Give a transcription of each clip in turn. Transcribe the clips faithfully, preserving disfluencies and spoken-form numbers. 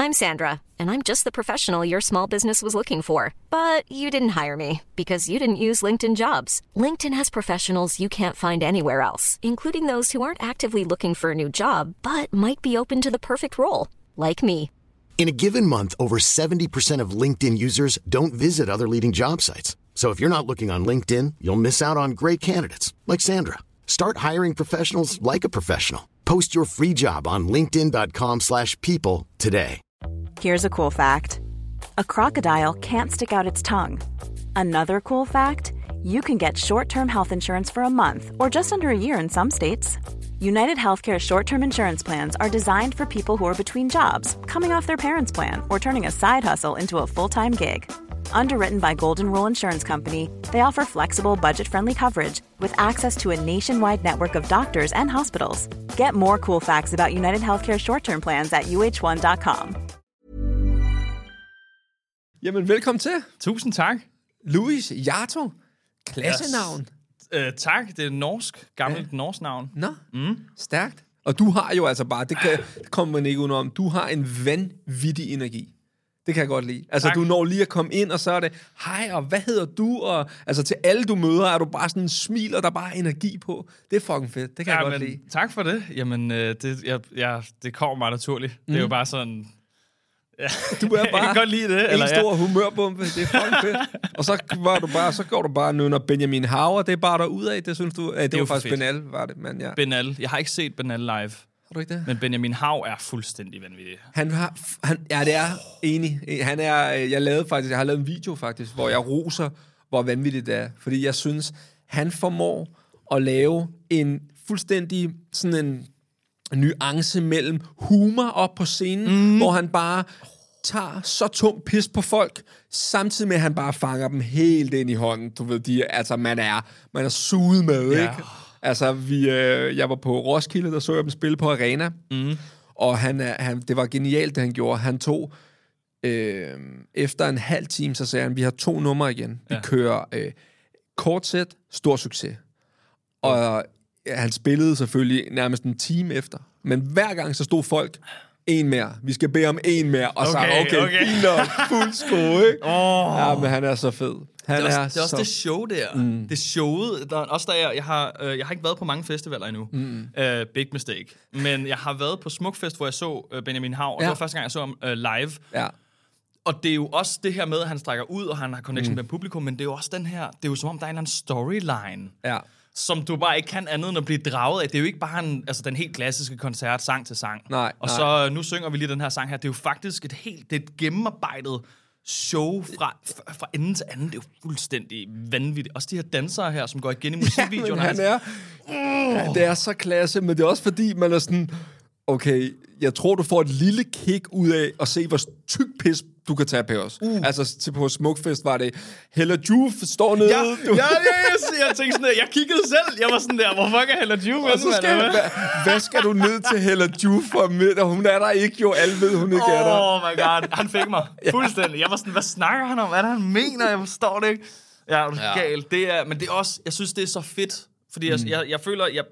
I'm Sandra, and I'm just the professional your small business was looking for. But you didn't hire me because you didn't use LinkedIn Jobs. LinkedIn has professionals you can't find anywhere else, including those who aren't actively looking for a new job, but might be open to the perfect role, like me. In a given month, over seventy percent of LinkedIn users don't visit other leading job sites. So if you're not looking on LinkedIn, you'll miss out on great candidates like Sandra. Start hiring professionals like a professional. Post your free job on linkedin dot com slash people today. Here's a cool fact. A crocodile can't stick out its tongue. Another cool fact, you can get short-term health insurance for a month or just under a year in some states. United Healthcare short-term insurance plans are designed for people who are between jobs, coming off their parents' plan, or turning a side hustle into a full-time gig. Underwritten by Golden Rule Insurance Company, they offer flexible, budget-friendly coverage with access to a nationwide network of doctors and hospitals. Get more cool facts about United Healthcare short-term plans at u h one dot com. Jamen, velkommen til. Tusind tak. Louis Hjarto. Klassenavn. Yes. Uh, tak, det er norsk. Gammelt ja. norsk navn. Nå, mm. Stærkt. Og du har jo altså bare, det, kan, det kommer man ikke udenom, du har en vanvittig energi. Det kan jeg godt lide. Altså, tak. Du når lige at komme ind, og så er det, hej, og hvad hedder du? Og altså, til alle du møder, er du bare sådan en smil, og der er bare energi på. Det er fucking fedt. Det kan ja, jeg godt men, lide. Tak for det. Jamen, øh, det, jeg, jeg, det kommer meget naturligt. Mm. Det er jo bare sådan... Ja. Du er bare jeg kan godt lide det. En eller, stor ja. humørbombe. Det er fucking fedt. Og så, var du bare, så går du bare nødder Benjamin Hauer. Det er bare der ud af. Det synes du... Eh, det, det var faktisk Benal, var det. Men ja. Benal. Jeg har ikke set Benal live. Har du ikke det? Men Benjamin Hav er fuldstændig vanvittig. Han har... Han, ja, det er enig. Han er... Jeg lavede faktisk... Jeg har lavet en video faktisk, hvor jeg roser, hvor vanvittigt det er. Fordi jeg synes, han formår at lave en fuldstændig sådan en nuance mellem humor op på scenen, mm. hvor han bare tager så tung pis på folk, samtidig med, at han bare fanger dem helt ind i hånden. Du ved, de, altså, man er, man er suget med, ja. Ikke? Altså, vi, øh, jeg var på Roskilde, der så jeg dem spille på Arena, mm. og han, han, det var genialt, det han gjorde. Han tog, øh, efter en halv time, så sagde han, vi har to numre igen. Vi ja. kører øh, kort sæt, stor succes. Og ja, han spillede selvfølgelig nærmest en time efter. Men hver gang så stod folk, en mere. Vi skal bede om en mere. Og så okay, okay, okay. fint og fuld skrue, ikke? Oh. Ja, men han er så fed. Han det er, er, også, det er også så... det show der. Mm. Det showet. Der, også der jeg, jeg, har, øh, jeg har ikke været på mange festivaler endnu. Mm. Uh, big mistake. Men jeg har været på Smukfest, hvor jeg så uh, Benjamin Hav. Og ja. det var første gang, jeg så ham uh, live. Ja. Og det er jo også det her med, at han strækker ud, og han har connection mm. med publikum. Men det er jo også den her... Det er jo som om, der er en eller anden storyline. Ja. Som du bare ikke kan andet end at blive draget af. Det er jo ikke bare en, altså den helt klassiske koncert, sang til sang. Nej, og nej. så nu synger vi lige den her sang her. Det er jo faktisk et helt, det er et gennemarbejdet show fra, fra ende til anden. Det er jo fuldstændig vanvittigt. Også de her dansere her, som går igen i musikvideoerne. Ja, han er, ja, det er så klasse, men det er også fordi, man er sådan, okay, jeg tror, du får et lille kick ud af at se, hvor tyk pis du kan tage på os. Uh. Altså, til på Smukfest var det, Hella Juf står nede. Ja, ja, ja, jeg, jeg tænkte sådan der, jeg kiggede selv, jeg var sådan der, hvor fuck er Hella Juf? Og så skal jeg, hvad, hvad skal du ned til Hella Juf for midt? Og hun er der ikke jo, alle ved, hun ikke oh er der. Oh my god, han fik mig fuldstændig. Jeg var sådan, hvad snakker han om? Hvad er det, han mener? Jeg forstår det ikke. Ja, det er ja. galt. Det er, men det er også, jeg synes, det er så fedt, fordi mm. jeg, jeg, jeg føler, jeg,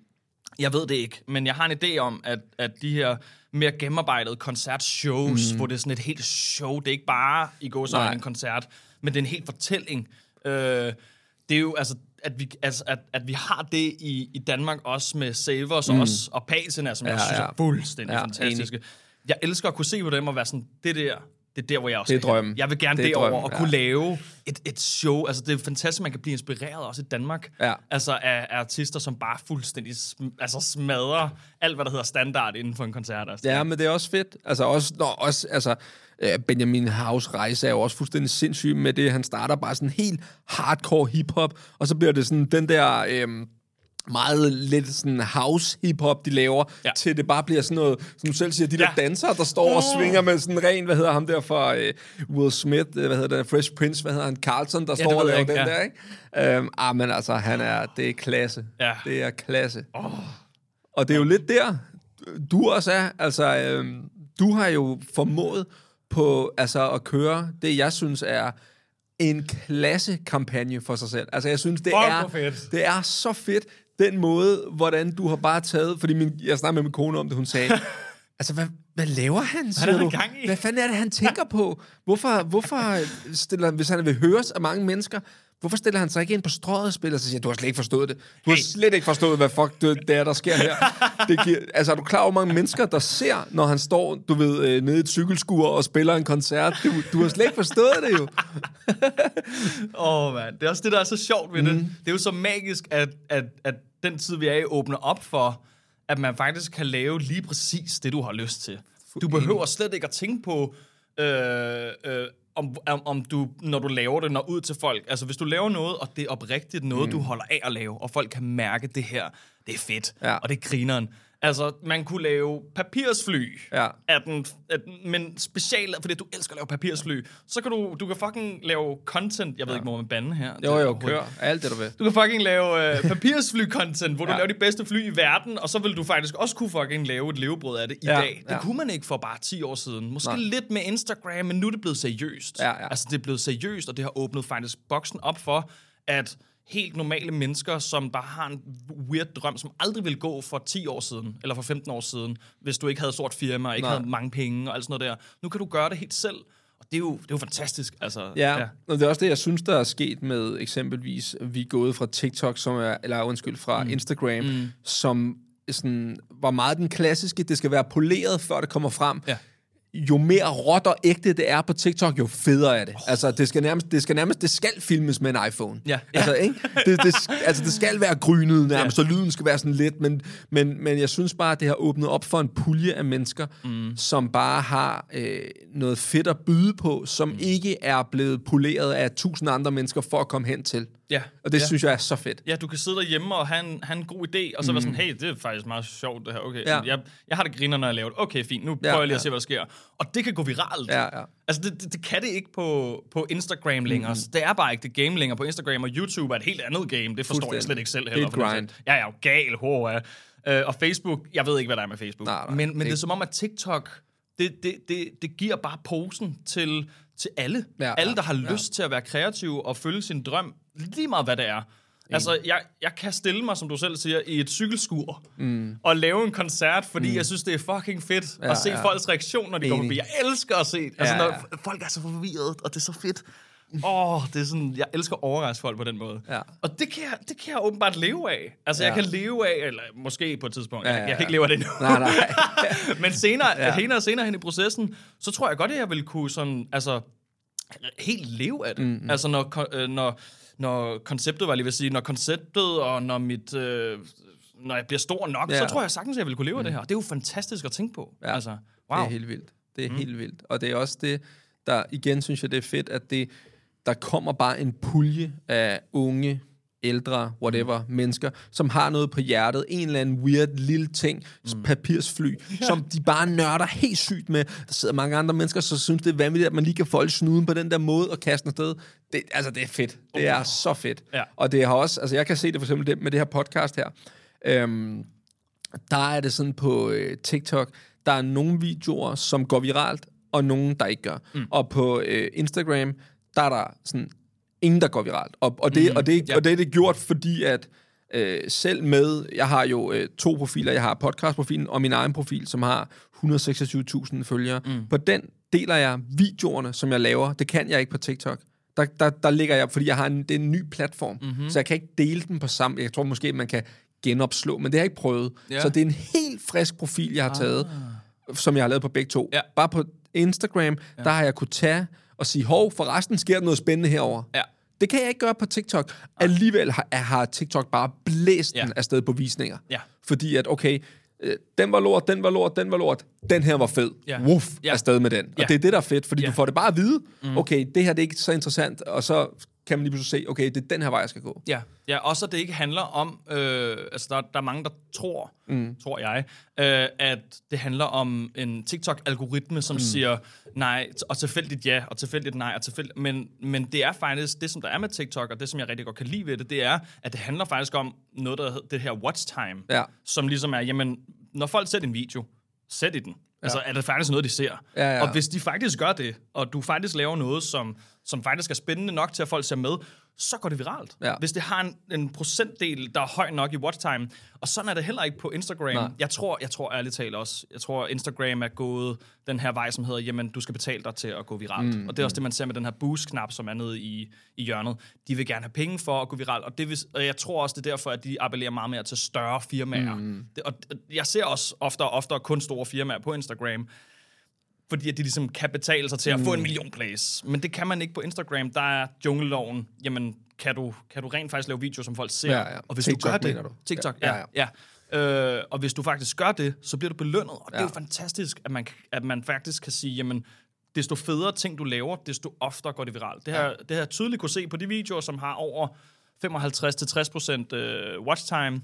jeg ved det ikke, men jeg har en idé om, at, at de her mere gennemarbejdede koncertshows, mm. hvor det er sådan et helt show. Det er ikke bare i går så en koncert, men det er en helt fortælling. Øh, det er jo altså, at vi, altså, at, at vi har det i, i Danmark også med Savers mm. også, og Patina, som ja, jeg synes ja. er fuldstændig ja, fantastiske. Enig. Jeg elsker at kunne se på dem og være sådan, det der, det er der, hvor jeg også det er drømmen. Jeg vil gerne det derover og ja. kunne lave et, et show. Altså, det er fantastisk, man kan blive inspireret også i Danmark. Ja. Altså, af, af artister, som bare fuldstændig sm- altså, smadrer alt, hvad der hedder standard inden for en koncert. Altså. Ja, men det er også fedt. Altså, også, når, også, altså Benjamin Haus rejse er jo også fuldstændig sindssyg med det. Han starter bare sådan helt hardcore hiphop, og så bliver det sådan den der... Øhm, meget lidt sådan house hip-hop, de laver, ja. til det bare bliver sådan noget, som du selv siger, de ja. der dansere, der står og svinger med sådan ren, hvad hedder ham der fra uh, Will Smith, hvad hedder det, Fresh Prince, hvad hedder han, Carlton, der ja, står og laver den ja. der, ikke? Um, ah, men altså, han er, det er klasse. Ja. Det er klasse. Oh. Og det er jo lidt der, du også er, altså, øhm, du har jo formået på, altså, at køre det, jeg synes er en klasse kampagne for sig selv. Altså, jeg synes, det, er, det er så fedt, den måde, hvordan du har bare taget... Fordi min, jeg snakkede med min kone om det, hun sagde, Altså, hvad, hvad laver han, siger hvad er du? der gang i? Hvad fanden er det, han tænker på? Hvorfor, hvorfor stiller, hvis han vil høres af mange mennesker, hvorfor stiller han sig ikke ind på strøget og spiller? Så siger du har slet ikke forstået det. Du har slet ikke forstået, hvad fuck det er, der sker her. Det giver, altså, er du klar over, mange mennesker, der ser, når han står, du ved, nede i et cykelskur og spiller en koncert? Du, du har slet ikke forstået det, jo. Åh, oh, mand. Det er også det, der er så sjovt ved mm. det. Det er jo så magisk, at, at, at den tid, vi er i, åbner op for, at man faktisk kan lave lige præcis det, du har lyst til. Du behøver slet ikke at tænke på, øh, øh, om, om, om du, når du laver det, når ud til folk. Altså, hvis du laver noget, og det er oprigtigt noget, mm. du holder af at lave, og folk kan mærke det her, det er fedt, ja. og det er grineren. Altså, man kunne lave papirsfly, ja. af den, af den, men specielt, fordi du elsker at lave papirsfly, så kan du, du kan fucking lave content, jeg ved ja. ikke, må man bande her. Jo, jo, kør, alt det, du vil. Du kan fucking lave uh, papirsfly-content, hvor ja. du laver de bedste fly i verden, og så vil du faktisk også kunne fucking lave et levebrød af det i ja. dag. Det ja. kunne man ikke for bare ti år siden. Måske Nej. lidt med Instagram, men nu er det blevet seriøst. Ja, ja. Altså, det er blevet seriøst, og det har åbnet faktisk boksen op for, at helt normale mennesker, som bare har en weird drøm, som aldrig ville gå for ti år siden, eller for femten år siden, hvis du ikke havde et stort firma, og ikke Nej. havde mange penge og alt sådan noget der. Nu kan du gøre det helt selv, og det er jo, det er jo fantastisk. Altså, ja, ja, og det er også det, jeg synes, der er sket med eksempelvis, vi er gået fra TikTok, som er, eller undskyld, fra mm. Instagram, mm. som sådan, var meget den klassiske, det skal være poleret, før det kommer frem. Ja. Jo mere råt og ægte det er på TikTok, jo federe er det. Oh. Altså, det skal nærmest, det skal nærmest, det skal filmes med en iPhone. Ja. Altså, ikke? Det, det, altså, det skal være grynet nærmest, ja. så lyden skal være sådan lidt, men, men, men jeg synes bare, at det har åbnet op for en pulje af mennesker, mm. som bare har øh, noget fedt at byde på, som mm. ikke er blevet poleret af tusind andre mennesker for at komme hen til. Ja. Og det ja. synes jeg er så fedt. Ja, du kan sidde derhjemme og have en, have en god idé, og så mm. være sådan, hey, det er faktisk meget sjovt det her. Okay, ja. jeg, jeg har det griner, når jeg laver det. Okay, fint, nu prøver ja, jeg lige at se, hvad der sker. Og det kan gå viralt. Ja, ja. Altså, det, det, det kan det ikke på, på Instagram længere. Mm. Det er bare ikke det game længere. På Instagram og YouTube er et helt andet game. Det forstår jeg slet ikke selv heller. Helt grind. Jeg er jo gal, hoa. Uh, og Facebook, jeg ved ikke, hvad der er med Facebook. Nej, nej, men, men det er som om, at TikTok, det, det, det, det giver bare posen til, til alle. Ja, alle, der har ja, lyst ja. til at være kreative og følge sin drøm, lige meget hvad det er. Altså, jeg, jeg kan stille mig, som du selv siger, i et cykelskur mm. og lave en koncert, fordi mm. jeg synes, det er fucking fedt ja, at se ja. folks reaktion, når de går forbi. Jeg elsker at se. Altså, ja, ja. når folk er så forvirret, og det er så fedt. Åh, oh, det er sådan, jeg elsker at overraske folk på den måde. Ja. Og det kan, jeg, det kan jeg åbenbart leve af. Altså, ja. jeg kan leve af, eller måske på et tidspunkt, ja, ja, ja. Jeg, jeg kan ikke leve af det nu. Nej, nej. Men senere, ja. senere, senere hen i processen, så tror jeg godt, at jeg vil kunne sådan, altså, helt leve af det. Mm-hmm. Altså, når, når når konceptet, var lige vil sige, når konceptet, og når mit, øh, når jeg bliver stor nok, ja. så tror jeg sagtens, at jeg vil kunne leve af mm. det her. Det er jo fantastisk at tænke på. Ja. Altså, wow. Det er helt vildt. Det er mm. helt vildt. Og det er også det, der, igen synes jeg, det er fedt, at det, der kommer bare en pulje af unge, ældre, whatever, mm. mennesker, som har noget på hjertet, en eller anden weird lille ting, mm. papirsfly, ja. som de bare nørder helt sygt med. Der sidder mange andre mennesker, så synes det er vanvittigt, at man lige kan folde snuden på den der måde og kaste afsted. Det, altså, det er fedt. Det er oh. så fedt. Ja. Og det har også, altså jeg kan se det for eksempel det, med det her podcast her. Øhm, der er det sådan på øh, TikTok, der er nogle videoer, som går viralt, og nogle, der ikke gør. Mm. Og på øh, Instagram, der er der sådan ingen, der går viralt. Og, og, det, mm, og, det, ja. og det er det gjort, fordi at øh, selv med, jeg har jo øh, to profiler, jeg har podcastprofilen og min egen profil, som har et hundrede og seksogtyve tusind følgere. Mm. På den deler jeg videoerne, som jeg laver. Det kan jeg ikke på TikTok. Der, der, der ligger jeg, fordi jeg har en, det er en ny platform, mm-hmm. så jeg kan ikke dele den på samme. Jeg tror måske, man kan genopslå, men det har jeg ikke prøvet. Yeah. Så det er en helt frisk profil, jeg har taget, ah. som jeg har lavet på begge to. Yeah. Bare på Instagram, yeah. der har jeg kunne tage og sige, hov, forresten sker der noget spændende herover. Ja. Det kan jeg ikke gøre på TikTok. Alligevel har, har TikTok bare blæst den ja. afsted på visninger. Ja. Fordi at, okay, øh, den var lort, den var lort, den var lort, den her var fed. Ja. Wuff, ja. afsted med den. Ja. Og det er det, der er fedt, fordi ja. du får det bare at vide, mm. okay, det her det er ikke så interessant, og så kan man lige pludselig se, okay, det er den her vej, jeg skal gå. Ja, ja, også at det ikke handler om, øh, altså der, der er mange, der tror, mm. tror jeg, øh, at det handler om en TikTok-algoritme, som mm. siger nej, og tilfældigt ja, og tilfældigt nej, og tilfældigt, men, men det er faktisk, det som der er med TikTok, og det som jeg rigtig godt kan lide ved det, det er, at det handler faktisk om noget, der hedder det her watch time, ja. som ligesom er, jamen, når folk ser en video, sæt i den. Ja. Altså, er det faktisk noget, de ser? Ja, ja. Og hvis de faktisk gør det, og du faktisk laver noget, som, som faktisk er spændende nok til, at folk ser med, så går det viralt. Ja. Hvis det har en, en procentdel, der er høj nok i watch time. Og sådan er det heller ikke på Instagram. Nej. Jeg tror, jeg tror ærligt talt også, jeg tror, Instagram er gået den her vej, som hedder, jamen, du skal betale dig til at gå viralt. Mm, og det er også det, man ser med den her boost-knap, som er nede i, i hjørnet. De vil gerne have penge for at gå viralt, og, det vil, og jeg tror også, det er derfor, at de appellerer meget mere til større firmaer. Mm. Det, og jeg ser også oftere og oftere kun store firmaer på Instagram, fordi at de ligesom kan betale sig til at mm. få en million plays. Men det kan man ikke på Instagram. Der er jungleloven. Jamen, kan du, kan du rent faktisk lave videoer, som folk ser? Ja, ja. Og hvis TikTok, du gør det... mener du? TikTok, ja. ja, ja. ja. Øh, og hvis du faktisk gør det, så bliver du belønnet. Og det ja. er jo fantastisk, at man, at man faktisk kan sige, jamen, desto federe ting, du laver, desto oftere går det viralt. Det her, ja. det her tydeligt kunne se på de videoer, som har over femoghalvtreds til tres procent øh, watch time.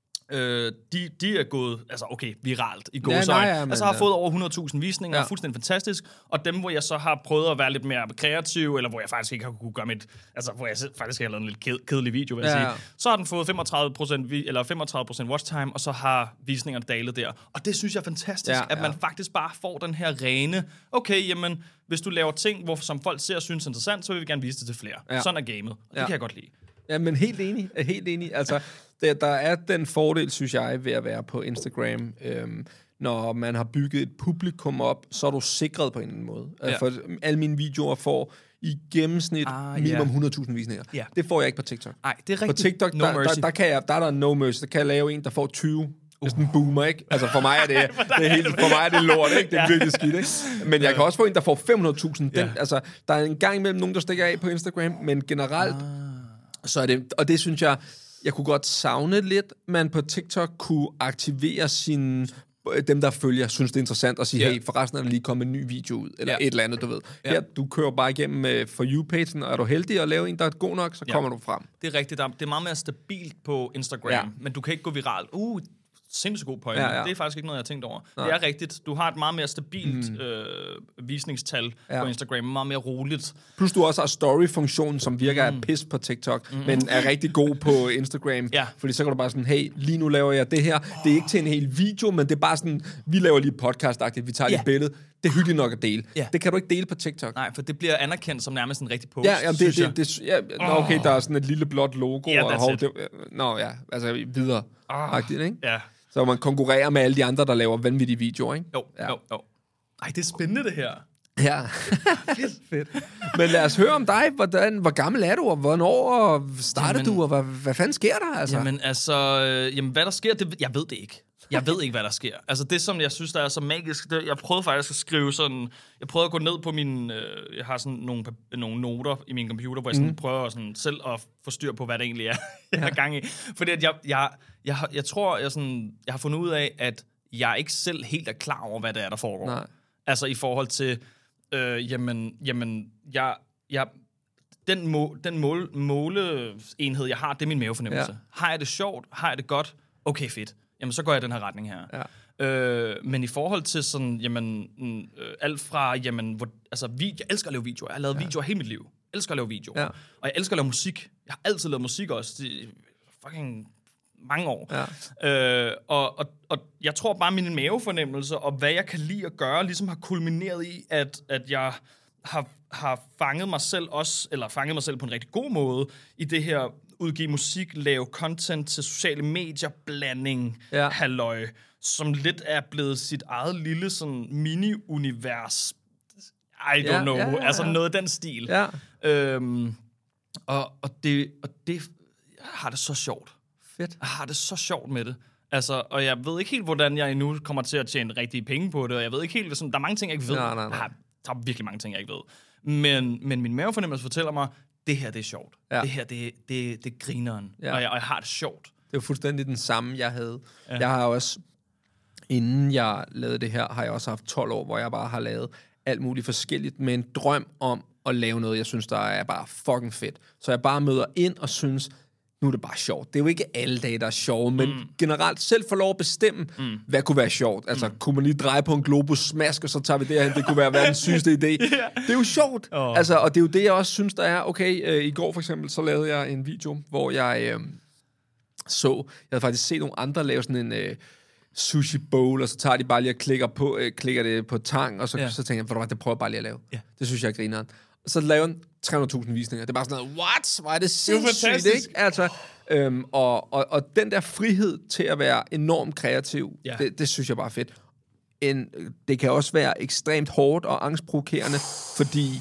Øh, de, de er gået, altså okay, viralt i gåseøjne. Ja, ja, altså har fået over hundrede tusind visninger, ja. fuldstændig fantastisk. Og dem, hvor jeg så har prøvet at være lidt mere kreativ, eller hvor jeg faktisk ikke har kunne gøre mit, altså hvor jeg faktisk har lavet en lidt ked, kedelig video, vil jeg ja, ja. sige. Så har den fået femogtredive procent vi, eller femogtredive procent watch time, og så har visningerne dalet der. Og det synes jeg er fantastisk, ja, at man ja. faktisk bare får den her rene, okay, jamen, hvis du laver ting, hvor, som folk ser og synes interessant, så vil vi gerne vise det til flere. Ja. Sådan er gamet, og det ja. kan jeg godt lide. Ja, men helt enig, helt enig. Altså, der, der er den fordel, synes jeg, ved at være på Instagram. Øhm, når man har bygget et publikum op, så er du sikret på en eller anden måde. Ja. For alle mine videoer får i gennemsnit ah, minimum yeah. hundrede tusind visninger. Yeah. Det får jeg ikke på TikTok. Nej, det er rigtigt. På TikTok, no der, der, der, kan jeg, der er der no mercy. Der kan jeg lave en, der får tyve. Hvis den boomer, ikke? Altså for mig er det, det er helt, for mig er det lort, ikke? Det er virkelig skidt, ikke? Men jeg kan også få en, der får fem hundrede tusind. Den, yeah. Altså, der er en gang imellem nogen, der stikker af på Instagram, men generelt, ah. så er det, og det synes jeg, jeg kunne godt savne lidt, man på TikTok kunne aktivere sin, dem, der følger, synes det er interessant, og sige, yeah. hey, forresten er der lige kommet en ny video ud, eller yeah. et eller andet, du ved. Yeah. Her, du kører bare igennem uh, For You-pagen, og er du heldig at lave en, der er god nok, så yeah. kommer du frem. Det er rigtigt, det er meget mere stabilt på Instagram, yeah. men du kan ikke gå viralt. Uh, sindssygt god pointe. Ja, ja. Det er faktisk ikke noget, jeg har tænkt over. Nej. Det er rigtigt. Du har et meget mere stabilt mm. øh, visningstal ja. på Instagram, meget mere roligt. Plus du også har story-funktionen, som virker mm. af pis på TikTok, mm. men er rigtig god på Instagram. Ja. Fordi så kan du bare sådan, hey, lige nu laver jeg det her. Oh. Det er ikke til en hel video, men det er bare sådan, vi laver lige podcast-agtigt, vi tager yeah. lige et billede. Det er hyggeligt nok at dele. Yeah. Det kan du ikke dele på TikTok. Nej, for det bliver anerkendt som nærmest en rigtig post, ja, jamen, det, det, det, ja, oh. okay, der er sådan et lille blåt logo. Yeah, og hov, det, nå ja, altså videre. Oh. Agtigt, ikke? Ja. Så man konkurrerer med alle de andre, der laver vanvittige videoer, ikke? Jo, ja. jo, jo. Ej, det er spændende, det her. Ja. fedt, fedt. Men lad os høre om dig. Hvordan, hvor gammel er du, og hvornår startede jamen, du, og hvad, hvad fanden sker der? Altså? Jamen, altså, øh, jamen, hvad der sker, det, jeg ved det ikke. Jeg ved ikke, hvad der sker. Altså, det, som jeg synes, der er så magisk, det, jeg prøvede faktisk at skrive sådan, jeg prøvede at gå ned på min, øh, jeg har sådan nogle, nogle noter i min computer, hvor jeg sådan mm. prøver sådan selv at få styr på, hvad det egentlig er, jeg har gang i. Fordi at jeg, jeg, jeg, jeg tror, jeg, sådan, jeg har fundet ud af, at jeg ikke selv helt er klar over, hvad det er, der foregår. Nej. Altså, i forhold til, øh, jamen, jamen, jeg, jeg, den, må, den mål, måleenhed, jeg har, det er min mavefornemmelse. Ja. Har jeg det sjovt? Har jeg det godt? Okay, fedt. Jamen, så går jeg i den her retning her. Ja. Øh, men i forhold til sådan, jamen, øh, alt fra, jamen, hvor, altså, vi, jeg elsker at lave videoer. Jeg har lavet ja. videoer hele mit liv. Jeg elsker at lave videoer. Ja. Og jeg elsker at lave musik. Jeg har altid lavet musik også. Det, fucking mange år. Ja. Øh, og, og, og jeg tror bare, min mavefornemmelse og hvad jeg kan lide at gøre, ligesom har kulmineret i, at, at jeg har, har fanget mig selv også, eller fanget mig selv på en rigtig god måde, i det her udgive musik, lave content til sociale medier, blanding, ja. halløj, som lidt er blevet sit eget lille sådan mini-univers. I don't ja, know. Ja, ja, ja. Altså noget af den stil. Ja. Øhm, og, og, det, og det jeg har det så sjovt. Fedt. Jeg har det så sjovt med det. Altså, og jeg ved ikke helt, hvordan jeg endnu kommer til at tjene rigtige penge på det, og jeg ved ikke helt, sådan, der er mange ting, jeg ikke ved. Nej, nej, nej. Der er virkelig mange ting, jeg ikke ved. Men, men min mavefornemmelse fortæller mig, det her, det er sjovt. Ja. Det her, det, det, det er grineren. Ja. Og, jeg, og jeg har det sjovt. Det er jo fuldstændig den samme, jeg havde. Ja. Jeg har også, inden jeg lavede det her, har jeg også haft tolv år, hvor jeg bare har lavet alt muligt forskelligt, med en drøm om at lave noget, jeg synes, der er bare fucking fedt. Så jeg bare møder ind og synes, nu er det bare sjovt. Det er jo ikke alle dage, der er sjove, men mm. generelt selv får lov at bestemme, mm. hvad kunne være sjovt. Altså, mm. kunne man lige dreje på en globus smask, og så tager vi det her, det kunne være verdens sygeste idé. Yeah. Det er jo sjovt. Oh. Altså, og det er jo det, jeg også synes, der er. Okay, øh, i går for eksempel, så lavede jeg en video, hvor jeg øh, så, jeg havde faktisk set nogle andre lave sådan en øh, sushi bowl, og så tager de bare lige og klikker, på, øh, klikker det på tang, og så, yeah. så tænker jeg, det prøver jeg bare lige at lave. Yeah. Det synes jeg er grineren. så laver den tre hundrede tusind visninger. Det er bare sådan noget, what? Hvor er det sindssygt, det er ikke? Altså, øhm, og, og, og den der frihed til at være enormt kreativ, ja. det, det synes jeg bare er fedt. En, det kan også være ekstremt hårdt og angstprovokerende, fordi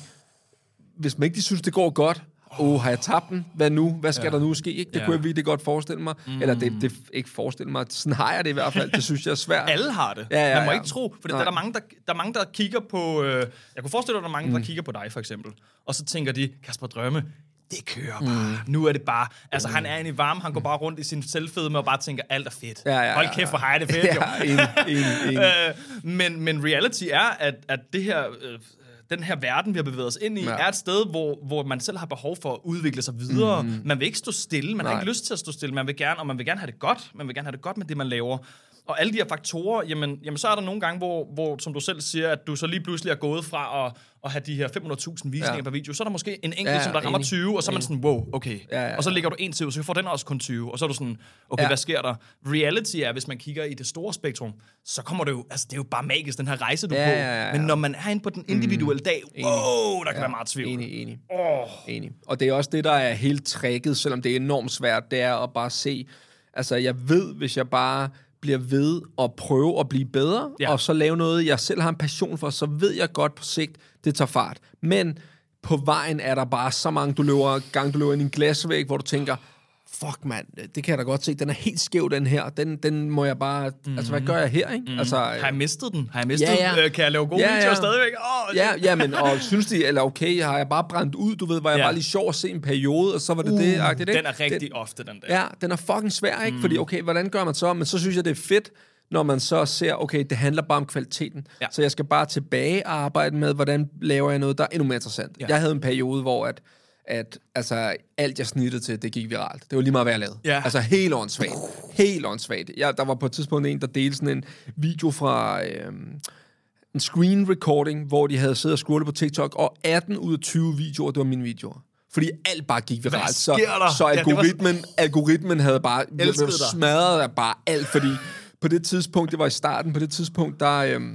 hvis man ikke de synes, det går godt, åh, oh, har jeg tabt den? Hvad nu? Hvad skal ja. der nu ske? Ikke? Det ja. kunne jeg virkelig godt forestille mig. Mm. Eller det, det ikke forestille mig. Sådan har jeg det i hvert fald. Det synes jeg er svært. Alle har det. Ja, ja, man må ja. ikke tro. For der er, mange, der, der er mange, der kigger på... Øh, jeg kunne forestille dig, at der er mange, mm. der kigger på dig, for eksempel. Og så tænker de, Kasper Drømme, det kører bare. Mm. Nu er det bare... Altså, mm. han er inde i varme. Han går bare rundt i sin selvfedme og bare tænker, alt er fedt. Ja, ja, ja. Hold kæft, hvor har jeg det fedt, jo. Ja, en, en, en. øh, men, men reality er, at, at det her... Øh, den her verden, vi har bevæget os ind i, ja. er et sted, hvor, hvor man selv har behov for at udvikle sig videre. Mm. Man vil ikke stå stille, man Nej. har ikke lyst til at stå stille, man vil gerne, og man vil gerne have det godt, man vil gerne have det godt med det, man laver. Og alle de her faktorer, jamen, jamen så er der nogle gange, hvor, hvor, som du selv siger, at du så lige pludselig er gået fra at, at have de her fem hundrede tusind visninger ja. per video, så er der måske en enkelt, ja, som der rammer enig. tyve, og så er man sådan, wow, okay. Ja, ja, ja. Og så ligger du en til, så får den også kun tyve, og så er du sådan, okay, ja. hvad sker der? Reality er, hvis man kigger i det store spektrum, så kommer det jo, altså det er jo bare magisk, den her rejse, du er ja, på. Ja, ja, ja. Men når man er inde på den individuelle mm. dag, wow, der kan ja. være meget tvivl. Enig, enig. Oh. enig. Og det er også det, der er helt tricket, selvom det er enormt svært, det er at bare se, altså jeg ved, hvis jeg bare bliver ved at prøve at blive bedre, ja. og så lave noget, jeg selv har en passion for, så ved jeg godt på sigt, det tager fart. Men på vejen er der bare så mange, du løber, gang du løber ind i en glasvæg, hvor du tænker, fuck mand, det kan jeg da godt se, den er helt skæv, den her, den, den må jeg bare, mm-hmm. altså hvad gør jeg her, ikke? Mm-hmm. Altså, har jeg mistet den? Har jeg mistet ja, ja. Øh, kan jeg lave gode ja, ja. videoer stadigvæk? Oh, ja, ja, men og synes de, eller okay, har jeg bare brændt ud, du ved, var jeg ja. bare lige sjov at se en periode, og så var det uh, det, agtigt, ikke? Den er rigtig den, ofte, den der. Ja, den er fucking svær, ikke? Mm. Fordi okay, hvordan gør man så? Men så synes jeg, det er fedt, når man så ser, okay, det handler bare om kvaliteten. Ja. Så jeg skal bare tilbage og arbejde med, hvordan laver jeg noget, der er endnu mere interessant. Ja. Jeg havde en periode, hvor at, at altså, alt jeg snittede til, det gik viralt. Det var lige meget, hvad jeg lavede. Ja. Altså helt åndssvagt. Helt åndssvagt. Jeg, der var på et tidspunkt en, der delte sådan en video fra øh, en screen recording, hvor de havde siddet og scrollet på TikTok, og atten ud af tyve videoer, det var mine videoer. Fordi alt bare gik viralt. Så, så algoritmen, ja, var... algoritmen havde bare smadret af bare alt, fordi på det tidspunkt, det var i starten, på det tidspunkt, der, øhm,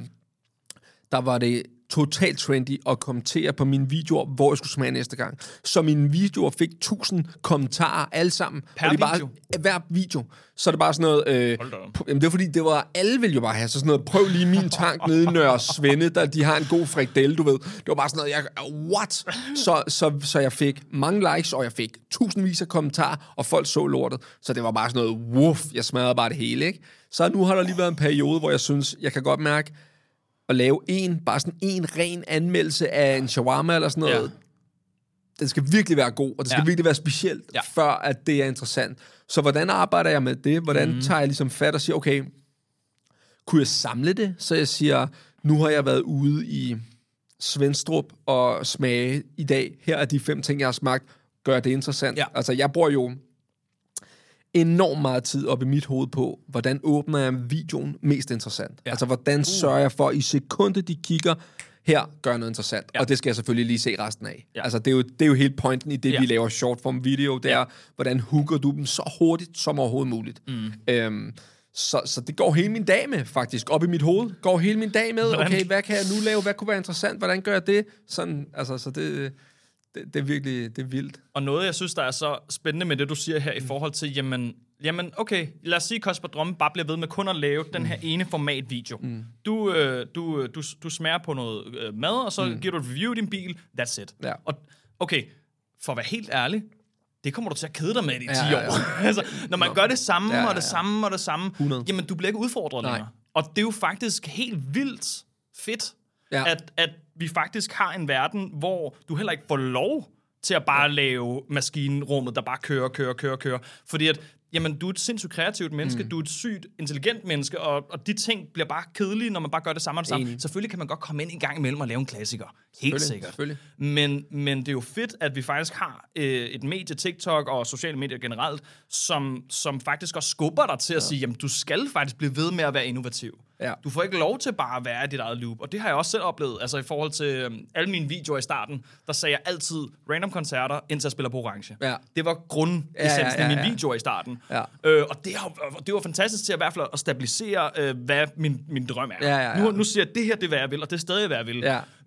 der var det totalt trendy at kommentere på mine videoer, hvor jeg skulle smage næste gang. Så mine videoer fik tusind kommentarer, alle sammen. Per og det video? Bare, hver video. Så er det bare sådan noget... Øh, jamen det var fordi, det var... Alle ville jo bare have så sådan noget... Prøv lige min tank nede i Nørre Svende, der de har en god frikadelle, du ved. Det var bare sådan noget... Jeg, what? Så, så, så jeg fik mange likes, og jeg fik tusindvis af kommentarer, og folk så lortet. Så det var bare sådan noget... Woof, jeg smadrede bare det hele, ikke? Så nu har der lige været en periode, hvor jeg synes, jeg kan godt mærke, at lave en, bare sådan en ren anmeldelse af en shawarma eller sådan noget, ja. Den skal virkelig være god, og det skal ja. virkelig være specielt, ja. før at det er interessant. Så hvordan arbejder jeg med det? Hvordan mm. tager jeg ligesom fat og siger, okay, kunne jeg samle det? Så jeg siger, nu har jeg været ude i Svenstrup og smage i dag. Her er de fem ting, jeg har smagt. Gør det interessant. Ja. Altså, jeg bruger jo enormt meget tid op i mit hoved på, hvordan åbner jeg videoen mest interessant. Ja. Altså, hvordan sørger jeg for, i sekundet, de kigger, her gør noget interessant. Ja. Og det skal jeg selvfølgelig lige se resten af. Ja. Altså, det er, jo, det er jo hele pointen i det, ja. vi laver shortform video, det ja. er, hvordan hooker du dem så hurtigt som overhovedet muligt. Mm. Øhm, så, så det går hele min dag med, faktisk, op i mit hoved. Går hele min dag med, hvordan? Okay, hvad kan jeg nu lave? Hvad kunne være interessant? Hvordan gør jeg det? Sådan, altså, så det... Det, det er virkelig det er vildt. Og noget, jeg synes, der er så spændende med det, du siger her, i forhold til, jamen, jamen okay, lad os sige, at Kasper Drømme bare bliver ved med kun at lave mm. den her ene format video. Mm. Du, øh, du, du, du smager på noget øh, mad, og så mm. giver du et review i din bil. That's it. Ja. Og okay, for at være helt ærlig, det kommer du til at kede dig med i ti ja, ja, ja. år. altså, når man Nå. gør det samme, ja, ja, ja. og det samme, og det samme, hundrede jamen, du bliver ikke udfordret Nej. længere. Og det er jo faktisk helt vildt fedt, ja. at, at vi faktisk har en verden, hvor du heller ikke får lov til at bare ja. lave maskinrummet, der bare kører, kører, kører, kører. Fordi at, jamen, du er et sindssygt kreativt menneske, mm. du er et sygt intelligent menneske, og, og de ting bliver bare kedelige, når man bare gør det samme og det samme. Enig. Selvfølgelig kan man godt komme ind en gang imellem og lave en klassiker. Helt sikkert. Men, men det er jo fedt, at vi faktisk har øh, et medie, TikTok og sociale medier generelt, som, som faktisk også skubber dig til at ja. sige, jamen, du skal faktisk blive ved med at være innovativ. Ja. Du får ikke lov til bare at være i dit eget loop, og det har jeg også selv oplevet. Altså i forhold til øhm, alle mine videoer i starten, der sagde jeg altid random koncerter, indtil jeg spiller på orange. Ja. Det var grundessensen ja, ja, ja, ja. af mine videoer i starten. Ja. Øh, og det, har, det var fantastisk til at, i hvert fald at stabilisere, øh, hvad min, min drøm er. Ja, ja, ja. Nu, nu siger jeg, at det her det er, hvad jeg vil, og det er stadig, hvad jeg vil. Ja.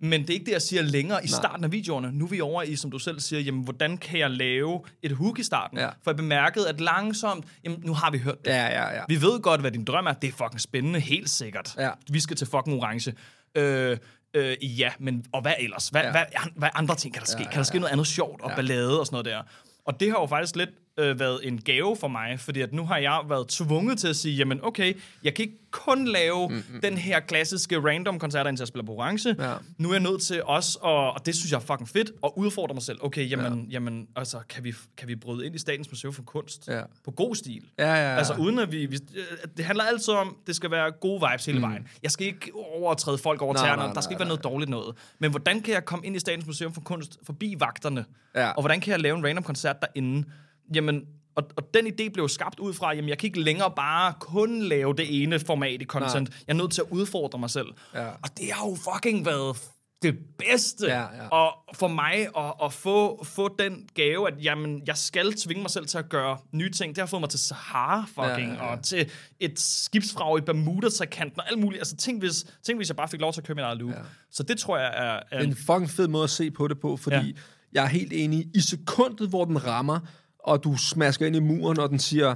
Men det er ikke det, jeg siger længere i starten af videoerne. Nu er vi over i, som du selv siger, jamen, hvordan kan jeg lave et hook i starten? Ja. For jeg bemærkede, at langsomt, jamen, nu har vi hørt det. Ja, ja, ja. Vi ved godt, hvad din drøm er. Det er fucking spændende, helt sikkert. Ja. Vi skal til fucking orange. Øh, øh, ja, men og hvad ellers? Hvad, ja. hvad, hvad andre ting kan der ske? Ja, ja, ja. Kan der ske noget andet sjovt og ja. ballade og sådan noget der? Og det har jo faktisk lidt øh, været en gave for mig, fordi at nu har jeg været tvunget til at sige, jamen okay, jeg kan ikke kun lave mm-hmm. den her klassiske random-koncerter, indtil jeg spiller på orange. Ja. Nu er jeg nødt til også, og, og det synes jeg er fucking fedt, at udfordre mig selv. Okay, jamen, ja. jamen altså, kan vi, kan vi bryde ind i Statens Museum for Kunst ja. på god stil? Ja, ja, ja. Altså uden at vi, vi... Det handler altid om, det skal være gode vibes hele mm. vejen. Jeg skal ikke overtræde folk over tæerne, der skal nej, ikke være noget dårligt noget. Men hvordan kan jeg komme ind i Statens Museum for Kunst forbi vagterne? Ja. Og hvordan kan jeg lave en random koncert derinde? Jamen, og, og den idé blev skabt ud fra, jamen, jeg kan ikke længere bare kun lave det ene format i content. Nej. Jeg er nødt til at udfordre mig selv. Ja. Og det har jo fucking været det bedste. Ja, ja. Og for mig at, at få, få den gave, at jamen, jeg skal tvinge mig selv til at gøre nye ting. Det har fået mig til Sahara fucking, ja, ja, ja. og til et skibsfrag i Bermuda-trekanten og alt muligt. Altså, tænk hvis, tænk hvis jeg bare fik lov til at købe min eget loop. Ja. Så det tror jeg er... er en fucking fed måde at se på det på, fordi ja. jeg er helt enig. I sekundet, hvor den rammer, og du smasker ind i muren, og den siger,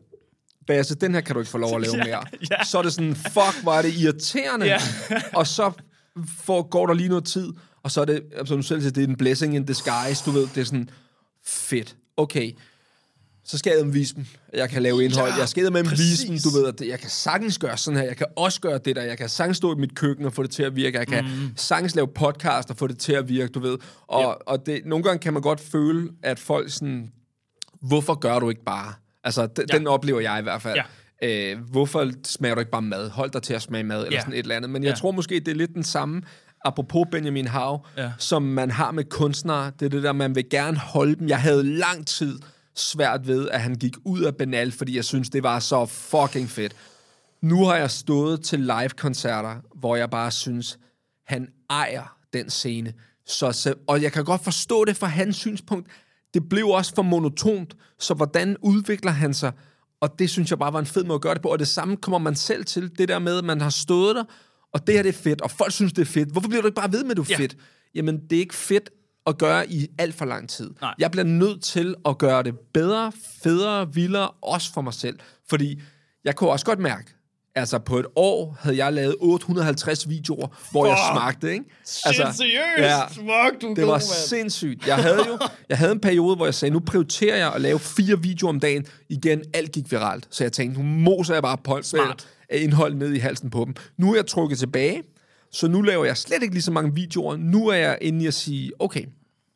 Basse, den her kan du ikke få lov at lave mere. Ja, ja. Så er det sådan, fuck, hvor er det irriterende. Ja. Og så for, går der lige noget tid, og så er det, som du selv siger, det er en blessing in disguise, du ved, det er sådan, fedt, okay. Så skal jeg vise dem, at jeg kan lave indhold. Ja, jeg skal med vise dem, du ved, at jeg kan sagtens gøre sådan her. Jeg kan også gøre det der. Jeg kan sagtens stå i mit køkken og få det til at virke. Jeg kan mm. sagtens lave podcast og få det til at virke, du ved. Og, ja. og det, nogle gange kan man godt føle, at folk sådan, hvorfor gør du ikke bare? Altså, d- ja. den oplever jeg i hvert fald. Ja. Øh, hvorfor smager du ikke bare mad? Hold dig til at smage mad, eller ja. sådan et eller andet. Men jeg ja. tror måske, det er lidt den samme, apropos Benjamin Hav, ja. som man har med kunstnere. Det er det der, man vil gerne holde dem. Jeg havde lang tid svært ved, at han gik ud af Banal, fordi jeg synes, det var så fucking fedt. Nu har jeg stået til live-koncerter, hvor jeg bare synes, han ejer den scene. Så, så, og jeg kan godt forstå det fra hans synspunkt. Det blev også for monotont, så hvordan udvikler han sig? Og det synes jeg bare var en fed måde at gøre det på. Og det samme kommer man selv til, det der med, at man har stået der, og det her det er fedt, og folk synes, det er fedt. Hvorfor bliver du ikke bare ved med, at du er ja. fedt? Jamen, det er ikke fedt at gøre i alt for lang tid. Nej. Jeg bliver nødt til at gøre det bedre, federe, vildere, også for mig selv. Fordi jeg kunne også godt mærke, altså på et år havde jeg lavet otte hundrede og halvtreds videoer, hvor Fuck. jeg smagte, ikke? Altså, seriøst? Ja, Fuck, du det god, var man. sindssygt. Jeg havde jo jeg havde en periode, hvor jeg sagde, nu prioriterer jeg at lave fire videoer om dagen. Igen, alt gik viralt. Så jeg tænkte, nu moser jeg bare polsk indhold ned i halsen på dem. Nu er jeg trukket tilbage, så nu laver jeg slet ikke lige så mange videoer. Nu er jeg inde i at sige, okay,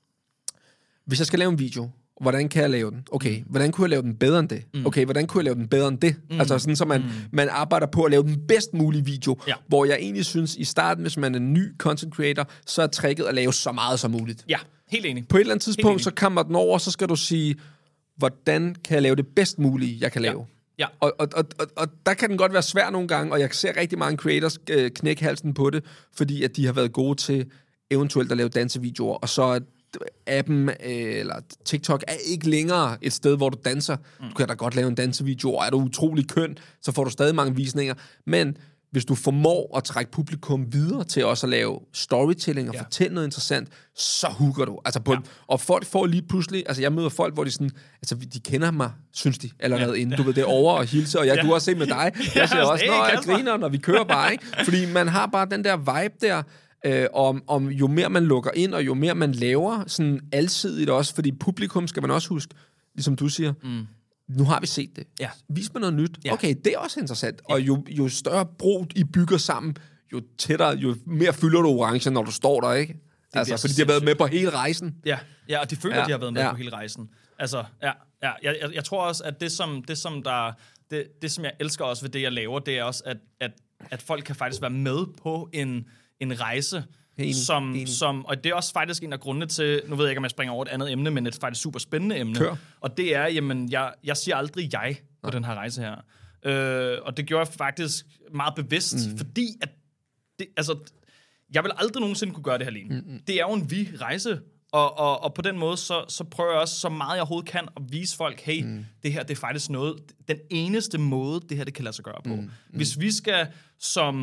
hvis jeg skal lave en video, hvordan kan jeg lave den? Okay, hvordan kunne jeg lave den bedre end det? Mm. Okay, hvordan kunne jeg lave den bedre end det? Mm. Altså sådan, så man, mm. man arbejder på at lave den bedst mulige video, ja. hvor jeg egentlig synes, i starten, hvis man er en ny content creator, så er tricket at lave så meget som muligt. Ja, helt enig. På et eller andet tidspunkt, så kommer den over, så skal du sige, hvordan kan jeg lave det bedst mulige, jeg kan lave? Ja. Ja. Og, og, og, og, og der kan den godt være svær nogle gange, og jeg ser rigtig mange creators øh, knække halsen på det, fordi at de har været gode til eventuelt at lave dansevideoer, og så appen eller TikTok er ikke længere et sted, hvor du danser. Du kan da godt lave en dansevideo, og er du utrolig køn, så får du stadig mange visninger. Men hvis du formår at trække publikum videre til også at lave storytelling og ja. fortælle noget interessant, så hooker du. Altså på, ja. Og folk får lige pludselig, altså jeg møder folk, hvor de sådan, altså de kender mig, synes de, allerede ja. inden. Du ved, det er over og hilse, og jeg, ja. du har set med dig. Jeg siger også, når jeg griner, når vi kører bare, ikke? Fordi man har bare den der vibe der, Øh, om, om jo mere man lukker ind, og jo mere man laver, sådan alsidigt også, fordi publikum skal man også huske, ligesom du siger, mm. nu har vi set det. Ja. Vis mig noget nyt. Ja. Okay, det er også interessant. Ja. Og jo, jo større bro I bygger sammen, jo tættere, jo mere fylder du orange, når du står der, ikke? Det altså, fordi de har været med på hele rejsen. Ja, ja og de føler, ja. de har været med ja. på hele rejsen. Altså, ja, ja jeg, jeg, jeg tror også, at det som, det, som der, det, det, som jeg elsker også ved det, jeg laver, det er også, at, at, at folk kan faktisk være med på en en rejse, enig, som, enig. som, og det er også faktisk en af grundene til, nu ved jeg ikke, om jeg springer over et andet emne, men et faktisk super spændende emne. Kør. Og det er, jamen, jeg, jeg siger aldrig jeg på Nej. den her rejse her. Øh, og det gjorde jeg faktisk meget bevidst, mm. fordi at, det, altså, jeg vil aldrig nogensinde kunne gøre det her alene. Mm-hmm. Det er jo en vi-rejse, og, og, og på den måde, så, så prøver jeg også så meget jeg overhovedet kan at vise folk, hey, mm. det her, det er faktisk noget, den eneste måde, det her, det kan lade sig gøre på. Mm. Hvis vi skal som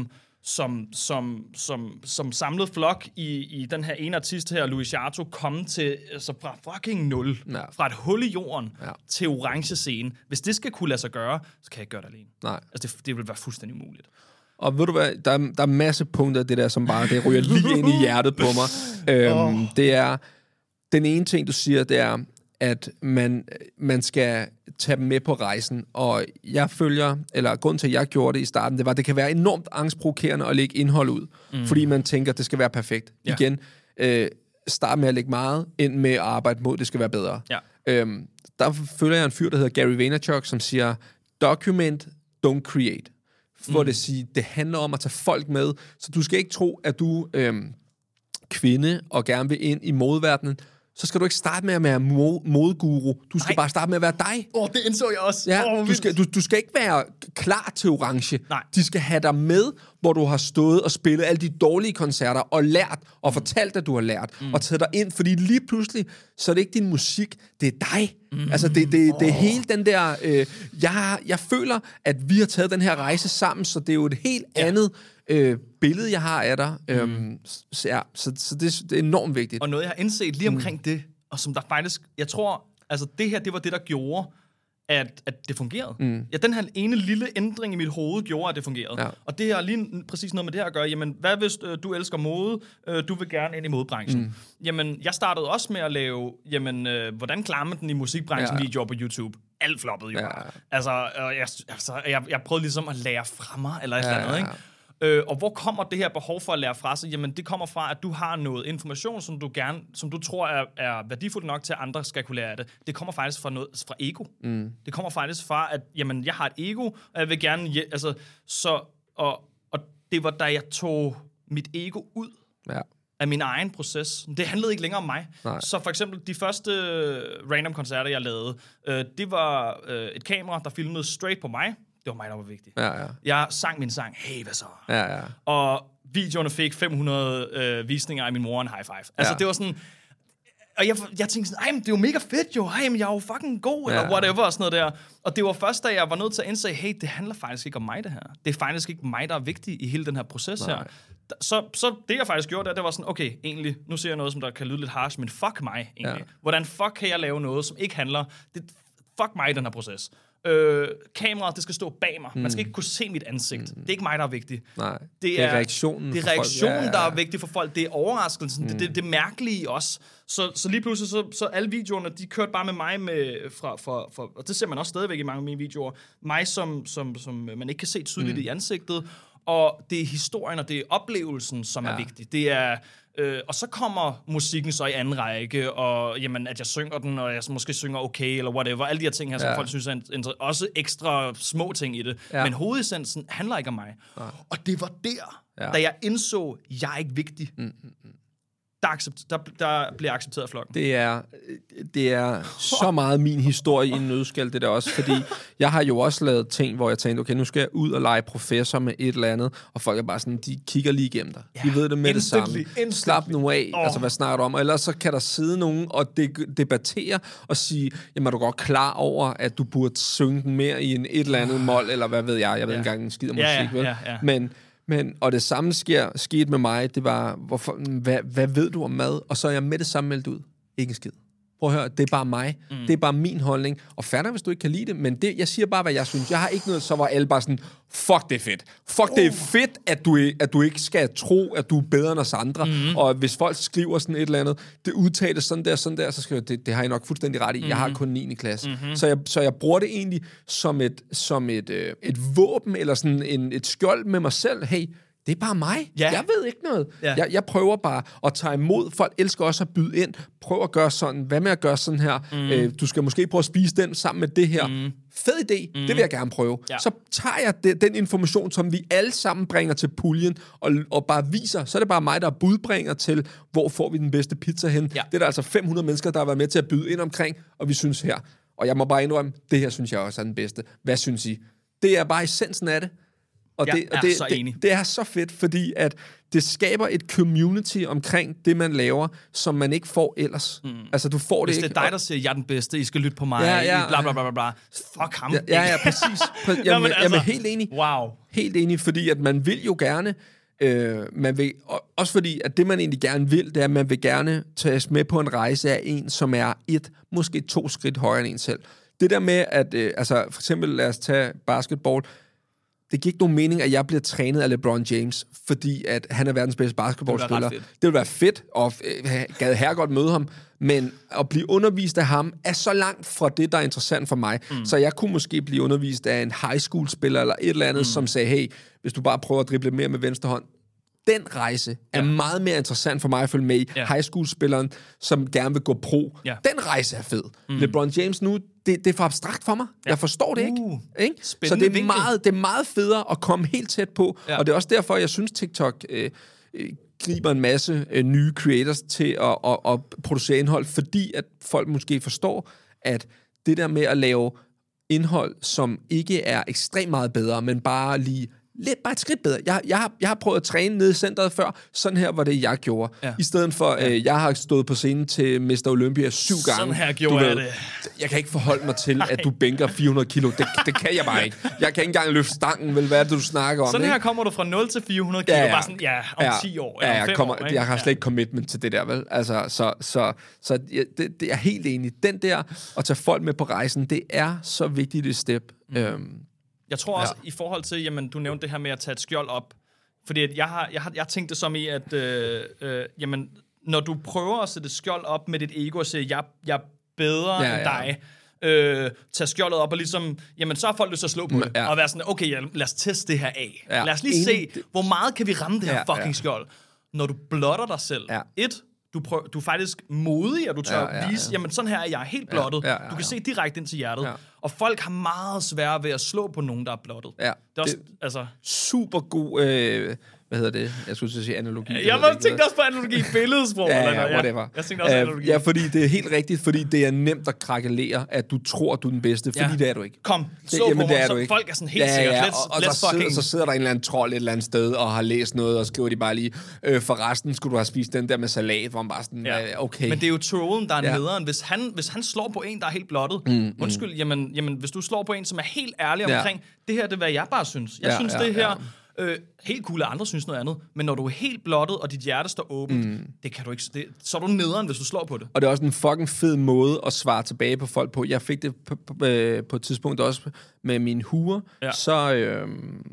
som, som, som, som samlet flok i, i den her ene artist her, Louis Chateau, komme til altså fra fucking nul, ja. fra et hul i jorden ja. til orange scene. Hvis det skal kunne lade sig gøre, så kan jeg ikke gøre det alene. Nej. Altså, det, det vil være fuldstændig umuligt. Og ved du hvad, der er, der er masse punkter af det der, som bare, det ryger lige ind i hjertet på mig. Øhm, oh. Det er, den ene ting, du siger, det er, at man, man skal tage dem med på rejsen, og jeg følger, eller grunden til, at jeg gjorde det i starten, det var, at det kan være enormt angstprovokerende at lægge indhold ud, mm. fordi man tænker, at det skal være perfekt. Ja. Igen, øh, start med at lægge meget, ind med at arbejde mod, det skal være bedre. Ja. Øhm, der følger jeg en fyr, der hedder Gary Vaynerchuk, som siger, document, don't create. For mm. det sige, det handler om at tage folk med, så du skal ikke tro, at du øhm, kvinde og gerne vil ind i modeverdenen, så skal du ikke starte med at være modeguru. Du skal Nej. bare starte med at være dig. Åh, oh, det indså jeg også. Ja, oh, du, skal, du, du skal ikke være klar til orange. Nej. De skal have dig med, hvor du har stået og spillet alle de dårlige koncerter, og lært, og fortalt, at du har lært, mm. og taget dig ind, fordi lige pludselig, så er det ikke din musik, det er dig. Mm. Altså, det, det, oh. det er hele den der... Øh, jeg, jeg føler, at vi har taget den her rejse sammen, så det er jo et helt ja. andet... Øh, billede, jeg har af dig. Mm. Øhm, så ja, så, så det, det er enormt vigtigt. Og noget, jeg har indset lige omkring mm. det, og som der faktisk, jeg tror, altså det her, det var det, der gjorde, at, at det fungerede. Mm. Ja, den her ene lille ændring i mit hoved gjorde, at det fungerede. Ja. Og det har lige præcis noget med det her at gøre. Jamen, hvad hvis øh, du elsker mode? Øh, du vil gerne ind i modebranchen. Mm. Jamen, jeg startede også med at lave, jamen, øh, hvordan klarer man den i musikbranchen, ja. videoer på YouTube? Alt floppede jo. Ja. Altså, øh, jeg, altså jeg, jeg prøvede ligesom at lære fra mig, eller et ja, eller andet, ikke? Øh, og hvor kommer det her behov for at lære fra sig? Jamen, det kommer fra, at du har noget information, som du gerne, som du tror er, er værdifuldt nok til, at andre skal kunne lære af det. Det kommer faktisk fra noget fra ego. Mm. Det kommer faktisk fra, at jamen, jeg har et ego, og jeg vil gerne... Altså, så, og, og det var, da jeg tog mit ego ud ja. af min egen proces. Det handlede ikke længere om mig. Nej. Så for eksempel, de første random koncerter, jeg lavede, øh, det var øh, et kamera, der filmede straight på mig. Det var mig, der var vigtigt. Ja, ja. Jeg sang min sang, hey, hvad så? Ja, ja. Og videoerne fik fem hundrede øh, visninger af min mor og en high five. Altså, ja. det var sådan... Og jeg, jeg tænkte sådan, ej, men det er jo mega fedt jo. Ej, men jeg er jo fucking god, ja. eller whatever, og sådan noget der. Og det var først, da jeg var nødt til at indse, hey, det handler faktisk ikke om mig, det her. Det er faktisk ikke mig, der er vigtig i hele den her proces Nej. her. Så, så det, jeg faktisk gjorde, der, det var sådan, okay, egentlig, nu ser jeg noget, som der kan lyde lidt harsh, men fuck mig, egentlig. Ja. Hvordan fuck kan jeg lave noget, som ikke handler... Det, fuck mig i den her proces. Øh, kameraet, det skal stå bag mig. Mm. Man skal ikke kunne se mit ansigt. Mm. Det er ikke mig, der er vigtig. Nej, det er, det er reaktionen. Det er reaktionen, ja, ja. der er vigtig for folk. Det er overraskelsen. Mm. Det, det, det er mærkelige også. Så, så lige pludselig, så, så alle videoerne, de kørte bare med mig med, fra, fra, fra, og det ser man også stadigvæk i mange af mine videoer, mig, som, som, som man ikke kan se tydeligt mm. i ansigtet. Og det er historien, og det er oplevelsen, som ja. er vigtig. Det er... Øh, og så kommer musikken så i anden række, og jamen, at jeg synger den, og jeg måske synger okay, eller whatever. Alle de her ting her, som ja. folk synes er inter- også ekstra små ting i det. Ja. Men hovedessensen handler ikke om mig. Ja. Og det var der, ja. da jeg indså, jeg er ikke vigtig. Mm, mm, mm. Der, accept- der, der bliver accepteret af flokken. Det er, det er så meget min historie i en nødskal, det der også, fordi jeg har jo også lavet ting, hvor jeg tænkte, okay, nu skal jeg ud og lege professor med et eller andet, og folk er bare sådan, de kigger lige igennem dig. Ja, de ved det med det samme. Instantly. Slap nu af, oh. altså hvad snakker du om? Ellers så kan der sidde nogen og de- debattere og sige, jamen er du godt klar over, at du burde synge den mere i en et eller andet mol, eller hvad ved jeg, jeg ved ja. ikke engang en skid om musik, ja, ja, vel? Ja, ja. Men Men, og det samme sker, skete med mig, det var, hvorfor, hvad, hvad ved du om mad? Og så er jeg med det samme meldt ud. Ikke en skid. Prøv at høre, det er bare mig. Mm. Det er bare min holdning. Og fatter, hvis du ikke kan lide det, men det, jeg siger bare, hvad jeg synes. Jeg har ikke noget, så var alle bare sådan, fuck, det er fedt. Fuck, uh. det er fedt, at du, at du ikke skal tro, at du er bedre end os andre. Mm. Og hvis folk skriver sådan et eller andet, det udtales sådan der, sådan der, så skal jeg, det, det har jeg nok fuldstændig ret i. Mm. Jeg har kun niende klasse. Mm-hmm. Så, jeg, så jeg bruger det egentlig som et, som et, øh, et våben, eller sådan en, et skjold med mig selv. Hey, det er bare mig. Ja. Jeg ved ikke noget. Ja. Jeg, jeg prøver bare at tage imod. Folk elsker også at byde ind. Prøv at gøre sådan. Hvad med at gøre sådan her? Mm. Øh, du skal måske prøve at spise den sammen med det her. Mm. Fed idé. Mm. Det vil jeg gerne prøve. Ja. Så tager jeg det, den information, som vi alle sammen bringer til puljen, og, og bare viser. Så er det bare mig, der budbringer til, hvor får vi den bedste pizza hen. Ja. Det er der altså fem hundrede mennesker, der har været med til at byde ind omkring, og vi synes her. Og jeg må bare indrømme, det her synes jeg også er den bedste. Hvad synes I? Det er bare essensen af det. Og, det, og det, det, det er så fedt, fordi at det skaber et community omkring det, man laver, som man ikke får ellers. Mm. Altså, du får Hvis det ikke. Hvis det er dig, der siger, jeg er den bedste, I skal lytte på mig, ja, ja, bla, bla, bla, bla, bla. Fuck ham. Ja, ja, ja præcis. Jamen, Jamen, altså, jamen, helt enig. Wow. Helt enig, fordi at man vil jo gerne Øh, man vil, også fordi, at det man egentlig gerne vil, det er, at man vil gerne tages med på en rejse af en, som er et, måske to skridt højere end en selv. Det der med, at øh, altså for eksempel, lad os tage basketball, det giver ikke nogen mening, at jeg bliver trænet af LeBron James, fordi at han er verdens bedste basketballspiller. Det vil være fedt, og øh, gad her godt møde ham, men at blive undervist af ham er så langt fra det, der er interessant for mig. Mm. Så jeg kunne måske blive undervist af en high school-spiller eller et eller andet, mm. som sagde, hey, hvis du bare prøver at drible mere med venstre hånd. Den rejse er ja. meget mere interessant for mig at følge med i. Ja. High school-spilleren, som gerne vil gå pro. Ja. Den rejse er fed. Mm. LeBron James nu, det, det er for abstrakt for mig. Ja. Jeg forstår det ikke. Uh, ikke? Så det er, meget, det er meget federe at komme helt tæt på. Ja. Og det er også derfor, jeg synes, TikTok øh, øh, griber en masse øh, nye creators til at, at, at producere indhold, fordi at folk måske forstår, at det der med at lave indhold, som ikke er ekstremt meget bedre, men bare lige lidt bare et skridt bedre. Jeg, jeg, har, jeg har prøvet at træne nede i centret før. Sådan her var det, jeg gjorde. Ja. I stedet for, ja. øh, jeg har stået på scenen til mister Olympia syv gange. Sådan her gjorde du jeg ved, det. Jeg kan ikke forholde mig til, at du bænker fire hundrede kilo. Det, det kan jeg bare ikke. Jeg kan ikke engang løfte stangen, vel? Hvad er det, du snakker om? Sådan her ikke? kommer du fra nul til fire hundrede kilo. Ja, ja. Bare sådan, ja, om ja, ti år. Ja, ja, jeg, kommer, år, jeg har slet ikke commitment til det der, vel? Altså, så, så, så ja, det, det er helt enig. Den der, at tage folk med på rejsen, det er så vigtigt et step. Mm. Øhm, Jeg tror også, ja. i forhold til, jamen, du nævnte det her med at tage et skjold op, fordi at jeg har, jeg har, jeg har tænkt det som i, at øh, øh, jamen, når du prøver at sætte et skjold op med dit ego og sige, jeg, jeg er bedre ja, end dig, ja. øh, tage skjoldet op og ligesom, jamen, så har folk lyst til at slå på det, ja. og være sådan, okay, ja, lad os teste det her af. Ja. Lad os lige se, hvor meget kan vi ramme det her ja, fucking ja. skjold. Når du blotter dig selv, ja. et, Du, prøver, du er faktisk modig, og du tør ja, ja, vise, ja. jamen sådan her er jeg helt blottet. Ja, ja, ja, ja. Du kan se direkte ind til hjertet. Ja. Og folk har meget svært ved at slå på nogen, der er blottet. Ja. Det er også, det, altså super god, øh, hvad hedder det? Jeg skulle sige analogi. Jeg, jeg tænkte også på analogi i billedsprog. ja, ja, whatever. Jeg tænkte også uh, analogi. Ja, fordi det er helt rigtigt, fordi det er nemt at krakelere, at du tror, du er den bedste, fordi ja. det er du ikke. Kom, slå det, på mig, så folk er sådan helt ja, sikkert. Ja, let's, og, og let's fucking... sidder, så sidder der en eller anden trold et eller andet sted, og har læst noget, og skriver de bare lige, øh, forresten skulle du have spist den der med salat, hvor man bare sådan, ja. okay. Men det er jo trollen, der er ja. nederen. Hvis han, hvis han slår på en, der er helt blottet, mm, undskyld, mm. Jamen, jamen, hvis du slår på en, som er helt ærlig ja. omkring, det her, det er, hvad jeg bare synes. Jeg ja, synes, ja, det her... Ja. Øh, helt cool, at andre synes noget andet, men når du er helt blottet, og dit hjerte står åbent, mm. det kan du ikke, det, så er du nederen, hvis du slår på det. Og det er også en fucking fed måde at svare tilbage på folk på. Jeg fik det på, på, på et tidspunkt også med mine huer, ja. så, øh,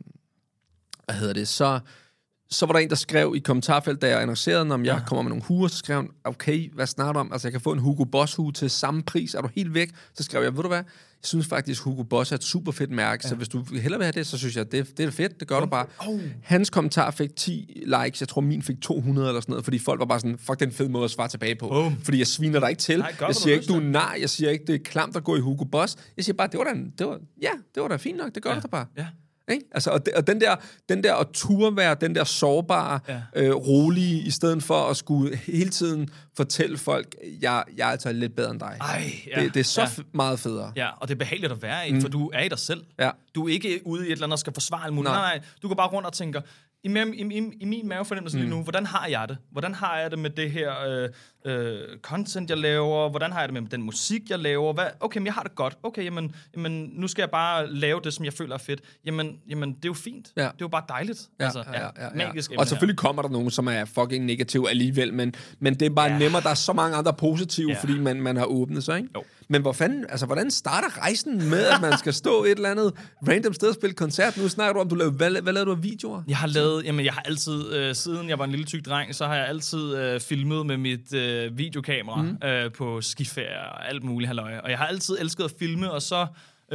hvad hedder det, så, så var der en, der skrev i kommentarfeltet, da jeg annoncerede, om jeg ja. kommer med nogle huer, så skrev han, okay, hvad snakker du om? Altså, jeg kan få en Hugo Boss hue til samme pris, er du helt væk? Så skrev jeg, ved du hvad? Jeg synes faktisk, Hugo Boss er et super fedt mærke, ja. så hvis du hellere vil have det, så synes jeg, det, det er fedt, det gør oh. du bare. Oh. Hans kommentar fik ti likes, jeg tror min fik to hundrede eller sådan noget, fordi folk var bare sådan, fuck, det er en fed måde at svare tilbage på. Oh. Fordi jeg sviner dig ikke til. Nej, jeg siger ikke, du er nar, jeg siger ikke, det er klamt at gå i Hugo Boss. Jeg siger bare, det var da, det var, ja, det var da fint nok, det gør ja. du da bare. Ja. Ikke? Altså, og, de, og den der, den der at turde være, den der sårbare, ja. øh, rolige, i stedet for at skulle hele tiden fortælle folk, jeg, jeg er altså lidt bedre end dig. Ej, ja. det, det er så ja. f- meget federe. Ja, og det er behageligt at være i, mm. for du er i dig selv. Ja. Du er ikke ude i et eller andet, der skal forsvare alt muligt. Nej. nej, nej. Du går bare rundt og tænker, i, i, i, i min mavefornemmelse mm. lige nu, hvordan har jeg det? Hvordan har jeg det med det her øh, øh, content, jeg laver? Hvordan har jeg det med den musik, jeg laver? Hvad? Okay, men jeg har det godt. Okay, jamen, jamen, nu skal jeg bare lave det, som jeg føler er fedt. Jamen, jamen det er jo fint. Ja. Det er jo bare dejligt. Ja, altså, ja, ja, ja. Magisk og selvfølgelig her. kommer der nogen, som er fucking negativ alligevel, men, men det er bare ja. nemmere. Der er så mange andre positive, ja. fordi man, man har åbnet sig, ikke? Jo. Men hvor fanden, altså, hvordan starter rejsen med, at man skal stå et eller andet random sted og spille koncert? Nu snakker du om, du lavede, hvad, hvad lavede du af videoer? Jeg har lavet, jamen jeg har altid, øh, siden jeg var en lille tyk dreng, så har jeg altid øh, filmet med mit øh, videokamera mm. øh, på skiferie og alt muligt halløj. Og jeg har altid elsket at filme, og så,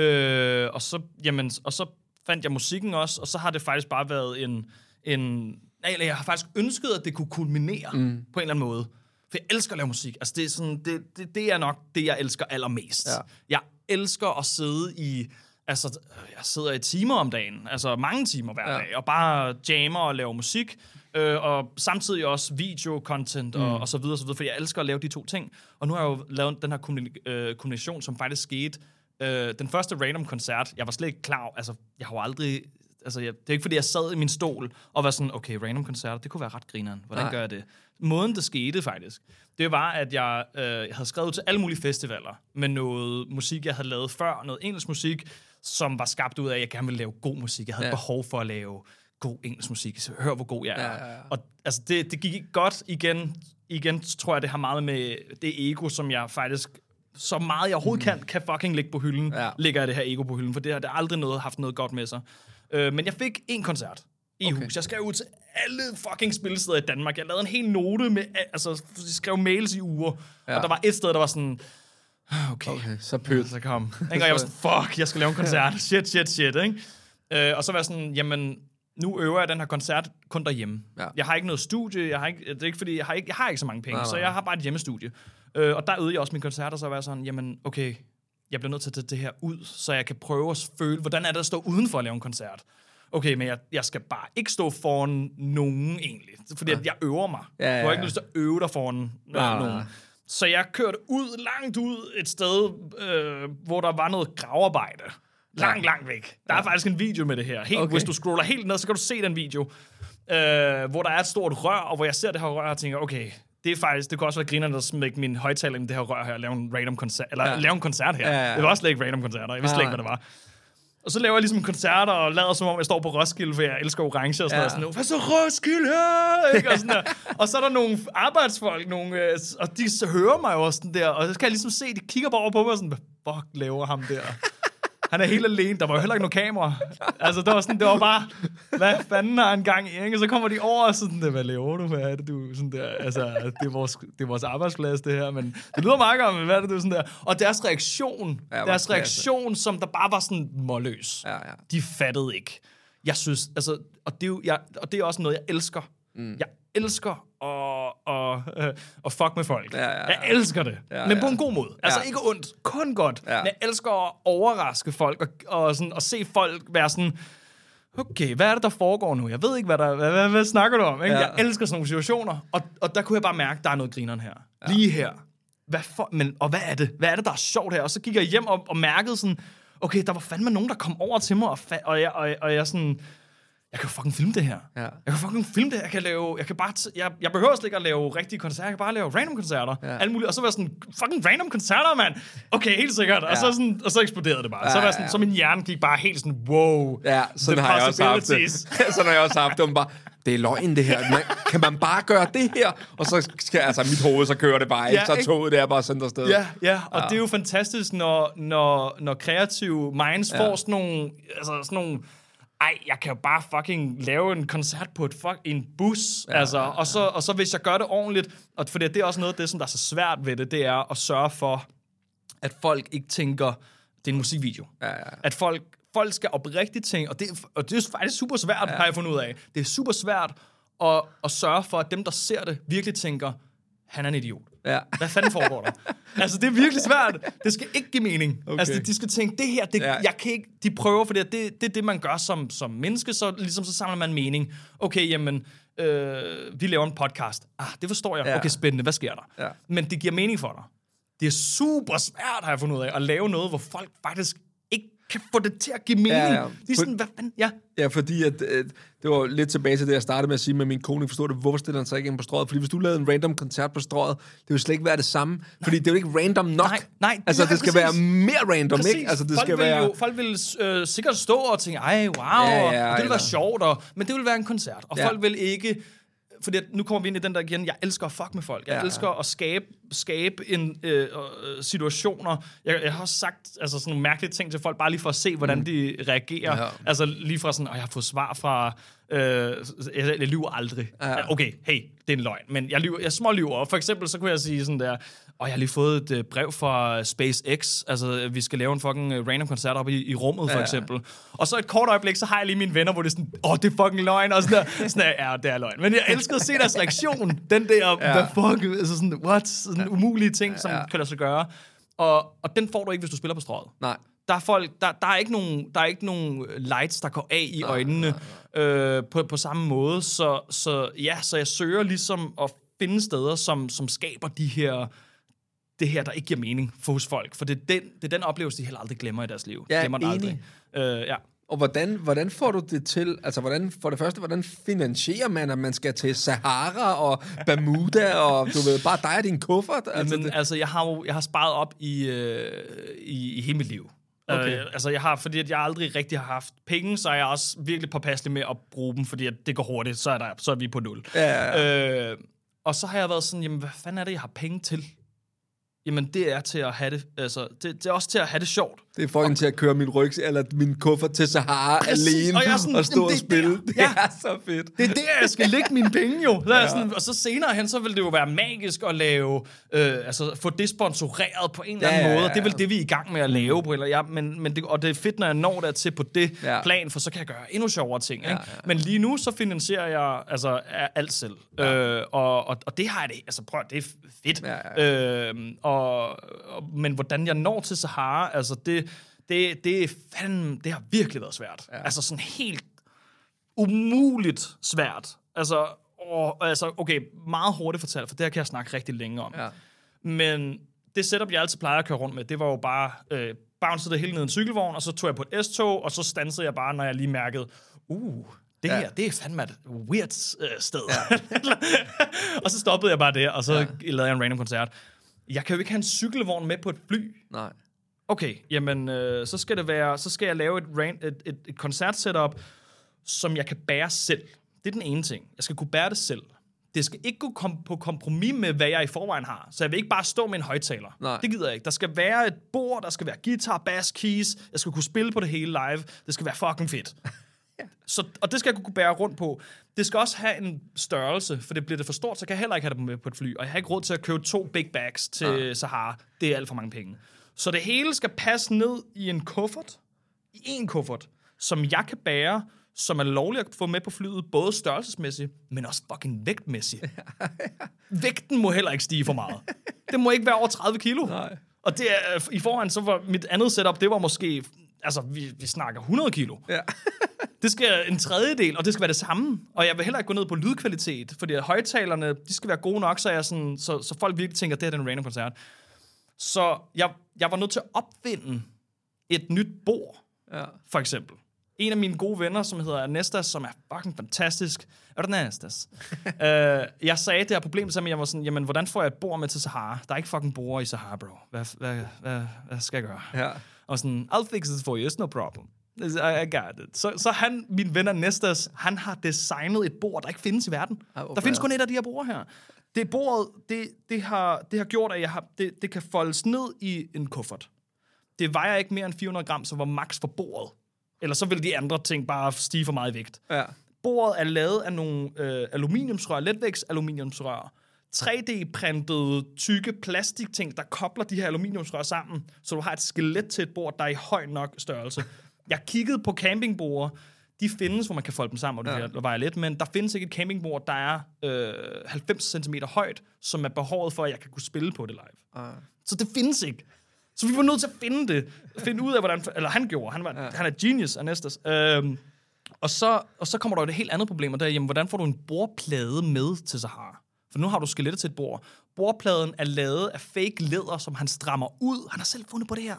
øh, og så, jamen, og så fandt jeg musikken også, og så har det faktisk bare været en, en eller jeg har faktisk ønsket, at det kunne kulminere mm. på en eller anden måde. For jeg elsker at lave musik. Altså, det er, sådan, det, det, det er nok det, jeg elsker allermest. Ja. Jeg elsker at sidde i... Altså, jeg sidder i timer om dagen. Altså, mange timer hver ja. dag. Og bare jammer og laver musik. Øh, og samtidig også video-content og, mm. og så videre, og så videre. For jeg elsker at lave de to ting. Og nu har jeg jo lavet den her kombination, som faktisk skete. Øh, den første random-koncert, jeg var slet ikke klar. Altså, jeg har jo aldrig... Altså, jeg, det er ikke, fordi jeg sad i min stol og var sådan, okay, random-koncerter, det kunne være ret grineren. Hvordan Nej. gør jeg det? Måden, det skete faktisk, det var, at jeg, øh, jeg havde skrevet til alle mulige festivaler med noget musik, jeg havde lavet før, noget engelsk musik, som var skabt ud af, at jeg gerne ville lave god musik. Jeg havde ja. behov for at lave god engelsk musik. Hør, hvor god jeg er. Ja, ja, ja. Og altså, det, det gik godt igen. Igen tror jeg, det har meget med det ego, som jeg faktisk, så meget jeg overhovedet kan, kan fucking ligge på hylden, Ja. ligger jeg det her ego på hylden, for det har det aldrig noget, haft noget godt med sig. Øh, men jeg fik en koncert i okay. hus. Jeg skrev ud til alle fucking spillesteder i Danmark. Jeg lavede en hel note med, altså, jeg skrev mails i uger, ja. Og der var et sted, der var sådan, okay, okay så pødt. Så kom. Og jeg var sådan, fuck, jeg skal lave en koncert. Shit, shit, shit, ikke? Øh, og så var jeg sådan, jamen, nu øver jeg den her koncert kun derhjemme. Ja. Jeg har ikke noget studie, jeg har ikke, det er ikke fordi, jeg har ikke, jeg har ikke så mange penge, nej, nej. Så jeg har bare et hjemmestudie. Øh, og der øvede jeg også min koncert, og så var jeg sådan, jamen, okay, jeg bliver nødt til at tage det her ud, så jeg kan prøve at føle, hvordan er det at stå udenfor at lave en koncert. Okay, men jeg, jeg skal bare ikke stå foran nogen egentlig, fordi ja. Jeg øver mig. Ja, ja, ja. Du har ikke lyst til at øve dig foran ja, nogen. Ja. Så jeg kørte ud, langt ud et sted, øh, hvor der var noget gravearbejde. Langt, langt væk. Der er ja. Faktisk en video med det her. Helt, okay. Hvis du scroller helt ned, så kan du se den video, øh, hvor der er et stort rør, og hvor jeg ser det her rør og tænker, okay, det er faktisk, det kunne også være grinerne at smække min højtaler ind i det her rør her, og lave en random koncert, eller ja. Lave en koncert her. Ja, ja, ja. Det var også slet ikke random koncerter, jeg vidste slet ikke, hvad det var. Og så laver jeg ligesom koncerter, og lader som om, jeg står på Roskilde, for jeg elsker orange og sådan ja. Noget. Hvad så Roskilde? Ikke? Og, sådan der. Og så er der nogle arbejdsfolk, nogle, øh, og de så hører mig jo også sådan der, og så kan jeg ligesom se, de kigger bare over på mig og sådan, hvad fuck laver ham der? Han er helt alene, der var jo heller ikke noget kamera. Altså, det var sådan, det var bare, hvad fanden har han gang i, ikke? Og så kommer de over og sådan, hvad laver du, hvad er det, du, sådan der, altså, det er vores, det er vores arbejdsplads, det her, men det lyder meget godt, men hvad er det, du, sådan der. Og deres reaktion, ja, deres reaktion, som der bare var sådan målløs, ja, ja. De fattede ikke. Jeg synes, altså, og det er jo, jeg, og det er også noget, jeg elsker. Mm. Jeg elsker at, og, øh, at fuck med folk. Ja, ja, ja. Jeg elsker det. Ja, men på en god måde. Altså ja. Ikke ondt, kun godt. Ja. Men jeg elsker at overraske folk og, og, sådan, og se folk være sådan, okay, hvad er det, der foregår nu? Jeg ved ikke, hvad der hvad, hvad, hvad snakker du om? Ikke? Ja. Jeg elsker sådan nogle situationer, og, og der kunne jeg bare mærke, der er noget grineren her. Ja. Lige her. Hvad for, men, og hvad er det? Hvad er det, der er sjovt her? Og så gik jeg hjem og, og mærkede sådan, okay, der var fandme nogen, der kom over til mig, og, fa- og, jeg, og, og jeg sådan... Jeg kan fucking filme det her. Ja. Jeg kan fucking filme det. Jeg kan lave... Jeg kan bare... T- jeg, jeg behøver slet ikke at lave rigtige koncerter. Jeg kan bare lave random koncerter. Ja. Alt muligt. Og så var jeg sådan... Fucking random koncerter, mand! Okay, helt sikkert. Ja. Og, så sådan, og så eksploderede det bare. Ja, så var jeg sådan... Ja. Så min hjerne gik bare helt sådan... Wow. Ja, sådan har jeg også haft det. Sådan har jeg også haft det. Bare, det er løgn, det her. Man, kan man bare gøre det her? Og så skal altså mit hoved, så kører det bare. Ja, ikke? Så toget det er bare sendt afsted. Ja, ja. Og ja. Det er jo fantastisk, når, når, når kreative minds ja. Får sådan nogle... Altså sådan nogle ej, jeg kan jo bare fucking lave en koncert på et fuck, en bus, ja, altså, ja, ja. Og, så, og så hvis jeg gør det ordentligt, og for det er også noget af det, som der er så svært ved det, det er at sørge for, at folk ikke tænker, det er en musikvideo. Ja, ja. At folk, folk skal oprigtigt tænke, og det, og det er faktisk super svært, ja. Har jeg fundet ud af. Det er super svært at, at sørge for, at dem, der ser det, virkelig tænker, han er en idiot. Ja. Hvad fanden foregår der? Altså, det er virkelig svært. Det skal ikke give mening. Okay. Altså, de skal tænke, det her, det, ja. Jeg kan ikke... De prøver, for det, det, det er det, man gør som, som menneske, så ligesom så samler man mening. Okay, jamen, øh, vi laver en podcast. Ah, det forstår jeg. Ja. Okay, spændende. Hvad sker der? Ja. Men det giver mening for dig. Det er super svært, har jeg fundet ud af, at lave noget, hvor folk faktisk ikke kan få det til at give mening. Ja, ja. De er sådan, hvad fanden? Ja. Ja, fordi at, øh, det var lidt tilbage til det, jeg startede med at sige med min kone, forstår det, hvorfor stiller han sig ikke ind på Strøget? Fordi hvis du lavede en random koncert på Strøget, det vil slet ikke være det samme. Nej. Fordi det er jo ikke random nok. Nej, nej. Altså, det, det skal præcis. Være mere random, præcis. Ikke? Altså, det folk, skal vil være... jo, folk vil øh, sikkert stå og tænke, ej, wow, ja, ja, og det vil eller... være sjovt, og, men det vil være en koncert. Og ja. Folk vil ikke... Fordi nu kommer vi ind i den der igen, jeg elsker at fuck med folk. Jeg ja, elsker ja. At skabe, skabe en, øh, øh, situationer. Jeg, jeg har også sagt altså, sådan nogle mærkelige ting til folk, bare lige for at se, hvordan mm. de reagerer. Ja. Altså lige fra sådan, og jeg har fået svar fra, øh, jeg, jeg lyver aldrig. Ja. Okay, hey, det er en løgn, men jeg, lyver, jeg smålyver. For eksempel, så kunne jeg sige sådan der, og jeg har lige fået et uh, brev fra SpaceX, altså vi skal lave en fucking uh, random koncert op i, i rummet, for ja. Eksempel. Og så et kort øjeblik, så har jeg lige mine venner, hvor det er sådan, åh, oh, det er fucking løgn, og sådan der, sådan der, ja, det er løgn. Men jeg elsker at se deres reaktion, den der, ja. Hvad fuck, altså sådan, what, sådan ja. Umulige ting, som ja. Kan lade sig gøre. Og, og den får du ikke, hvis du spiller på Strøget. Nej. Der er folk, der, der er ikke nogen, der er ikke nogen lights, der går af i nej, øjnene nej, nej. Øh, på, på samme måde, så, så ja, så jeg søger ligesom at finde steder, som, som skaber de her det her, der ikke giver mening for hos folk. For det er den, det er den oplevelse, de heller aldrig glemmer i deres liv. Ja, glemmer den aldrig. Øh, ja. Og hvordan, hvordan får du det til, altså hvordan, for det første, hvordan finansierer man, at man skal til Sahara og Bermuda, og du ved, bare dig og din kuffert? Altså, men, altså jeg har jo jeg har sparet op i, øh, i, i hele mit liv. Okay. Øh, altså, jeg har, fordi at jeg aldrig rigtig har haft penge, så er jeg også virkelig påpasselig med at bruge dem, fordi at det går hurtigt, så er, der, så er vi på nul. Ja, ja, ja. Øh, og så har jeg været sådan, jamen, hvad fanden er det, jeg har penge til? Jamen, det er til at have det, altså, det, det er også til at have det sjovt. Det er fucking og, til at køre min ryg, eller min kuffert til Sahara præcis, alene, og, jeg sådan, og stå og spille. Der. Det ja. er så fedt. Det er der, jeg skal lægge mine penge jo. Så ja. sådan, og så senere hen, så vil det jo være magisk at lave, øh, altså få det sponsoreret på en eller anden ja, måde. Ja, ja. Det er vel det, vi er i gang med at lave på. Eller, ja, men, men det, og det er fedt, når jeg når der til på det ja. plan, for så kan jeg gøre endnu sjovere ting. Ikke? Ja, ja. Men lige nu, så finansierer jeg altså alt selv. Ja. Øh, og, og, og det har jeg det, altså prøv, det er fedt. Ja, ja. Øh, og men hvordan jeg når til Sahara, altså det, det, det er fandme, det har virkelig været svært. Ja. Altså sådan helt umuligt svært. Altså, og, altså, okay, meget hurtigt fortalt, for det her kan jeg snakke rigtig længe om. Ja. Men det setup, jeg altid plejer at køre rundt med, det var jo bare, øh, bouncede det hele ned i en cykelvogn, og så tog jeg på et S-tog, og så stansede jeg bare, når jeg lige mærkede, uh, det her, ja. det er fandme et weird øh, sted. Ja. Og så stoppede jeg bare der, og så ja. lavede jeg en random koncert. Jeg kan jo ikke have en cykelvogn med på et fly. Nej. Okay, jamen, øh, så skal det være, så skal jeg lave et, ran, et, et, et koncertsetup, som jeg kan bære selv. Det er den ene ting. Jeg skal kunne bære det selv. Det skal ikke gå kom- på kompromis med, hvad jeg i forvejen har. Så jeg vil ikke bare stå med en højtaler. Nej. Det gider jeg ikke. Der skal være et bord, der skal være guitar, bass, keys. Jeg skal kunne spille på det hele live. Det skal være fucking fedt. Ja. Så, og det skal jeg kunne bære rundt på. Det skal også have en størrelse, for det bliver det for stort, så kan jeg heller ikke have det med på et fly. Og jeg har ikke råd til at købe to big bags til ja. Sahara. Det er alt for mange penge. Så det hele skal passe ned i en kuffert. I en kuffert, som jeg kan bære, som er lovligt at få med på flyet, både størrelsesmæssigt, men også fucking vægtmæssigt. Vægten må heller ikke stige for meget. Det må ikke være over tredive kilo. Nej. Og det er, i forvejen, så var mit andet setup, det var måske, altså, vi, vi snakker hundrede kilo. Ja. Det skal en tredjedel, og det skal være det samme. Og jeg vil heller ikke gå ned på lydkvalitet, fordi højtalerne, de skal være gode nok, så, jeg sådan, så, så folk virkelig tænker, at det er den random koncert. Så jeg, jeg var nødt til at opfinde et nyt bord, ja. For eksempel. En af mine gode venner, som hedder Nestas, som er fucking fantastisk. Er det Nestas? uh, jeg sagde, det her problem til ham, jeg var sådan, jamen, hvordan får jeg et bord med til Sahara? Der er ikke fucking bord i Sahara, bro. Hvad, hvad, hvad, hvad skal jeg gøre? Ja. Og sådan, I'll fix it for you, it's no problem. I, I got it. Så, så han, min venner Nestas, han har designet et bord, der ikke findes i verden. Okay. Der findes kun et af de her bord her. Det bordet, det, det, har, det har gjort, at jeg har, det, det kan foldes ned i en kuffert. Det vejer ikke mere end fire hundrede gram, så var max for bordet. Eller så vil de andre ting bare stige for meget i vægt. Ja. Bordet er lavet af nogle øh, aluminiumsrør, letvægts aluminiumsrør. tre D-printede, tykke plastikting, der kobler de her aluminiumsrør sammen, så du har et skelet til et bord, der er i høj nok størrelse. Jeg kiggede på campingborde. De findes, hvor man kan folde dem sammen, og det ja. vejer lidt, men der findes ikke et campingbord, der er øh, halvfems centimeter højt, som er behovet for, at jeg kan kunne spille på det live. Ja. Så det findes ikke. Så vi var nødt til at finde det. Finde ud af, hvordan... Eller han gjorde. Han, var, ja. han er genius, Ernestus. Øhm, og, så, og så kommer der jo et helt andet problem, og det er, jamen, hvordan får du en bordplade med til Sahara? For nu har du skelettet til et bord. Bordpladen er lavet af fake læder, som han strammer ud. Han har selv fundet på det her.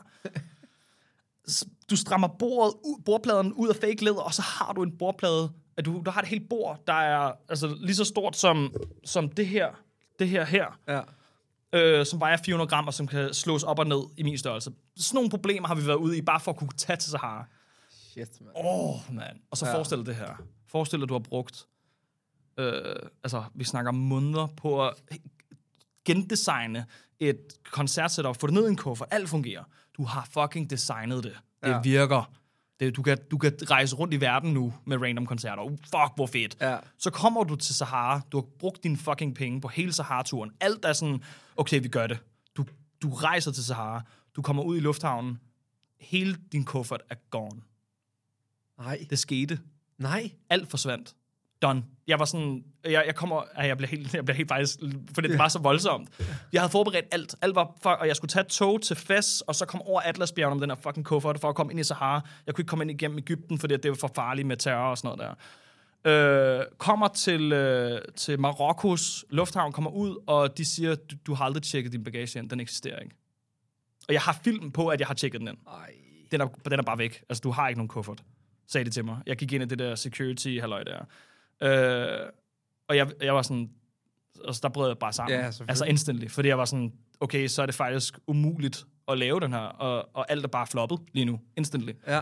Du strammer bordet, bordpladen ud af fake læder, og så har du en bordplade, at du, du har et helt bord, der er altså, lige så stort som, som det her. Det her her. Ja. Øh, som vejer fire hundrede gram, og som kan slås op og ned i min størrelse. Sådan nogle problemer har vi været ude i, bare for at kunne tage til Sahara. Shit, man. Åh, oh, man. Og så ja. Forestil dig det her. Forestil dig, at du har brugt... Øh, altså, vi snakker måneder på at gendesigne et koncertsetup, få det ned i en kuffert, alt fungerer. Du har fucking designet det. Det ja. virker. Det, du, kan, du kan rejse rundt i verden nu med random koncerter. Uh, fuck, hvor fedt. Ja. Så kommer du til Sahara. Du har brugt dine fucking penge på hele Sahara-turen. Alt er sådan, okay, vi gør det. Du, du rejser til Sahara. Du kommer ud i lufthavnen. Hele din kuffert er gone. Nej. Det skete. Nej. Alt forsvandt. Done. Jeg var sådan, jeg, jeg kommer, jeg bliver helt, jeg bliver helt faktisk, fordi det var så voldsomt. Jeg havde forberedt alt. Alt var, for, og jeg skulle tage et tog til Fes, og så kom over Atlasbjergene med den her fucking kuffert, for at komme ind i Sahara. Jeg kunne ikke komme ind igennem Egypten, fordi det var for farligt med terror og sådan noget der. Øh, kommer til, øh, til Marokkos lufthavn, kommer ud, og de siger, du, du har aldrig tjekket din bagage ind. Den eksisterer ikke. Og jeg har film på, at jeg har tjekket den ind. Den er, den er bare væk. Altså, du har ikke nogen kuffert, sagde de til mig. Jeg gik ind i det der security-halløj der. Øh, og jeg, jeg var sådan, altså der brød jeg bare sammen, ja, altså instantly, fordi jeg var sådan, okay, så er det faktisk umuligt at lave den her, og, og alt er bare floppet lige nu, instantly. Ja.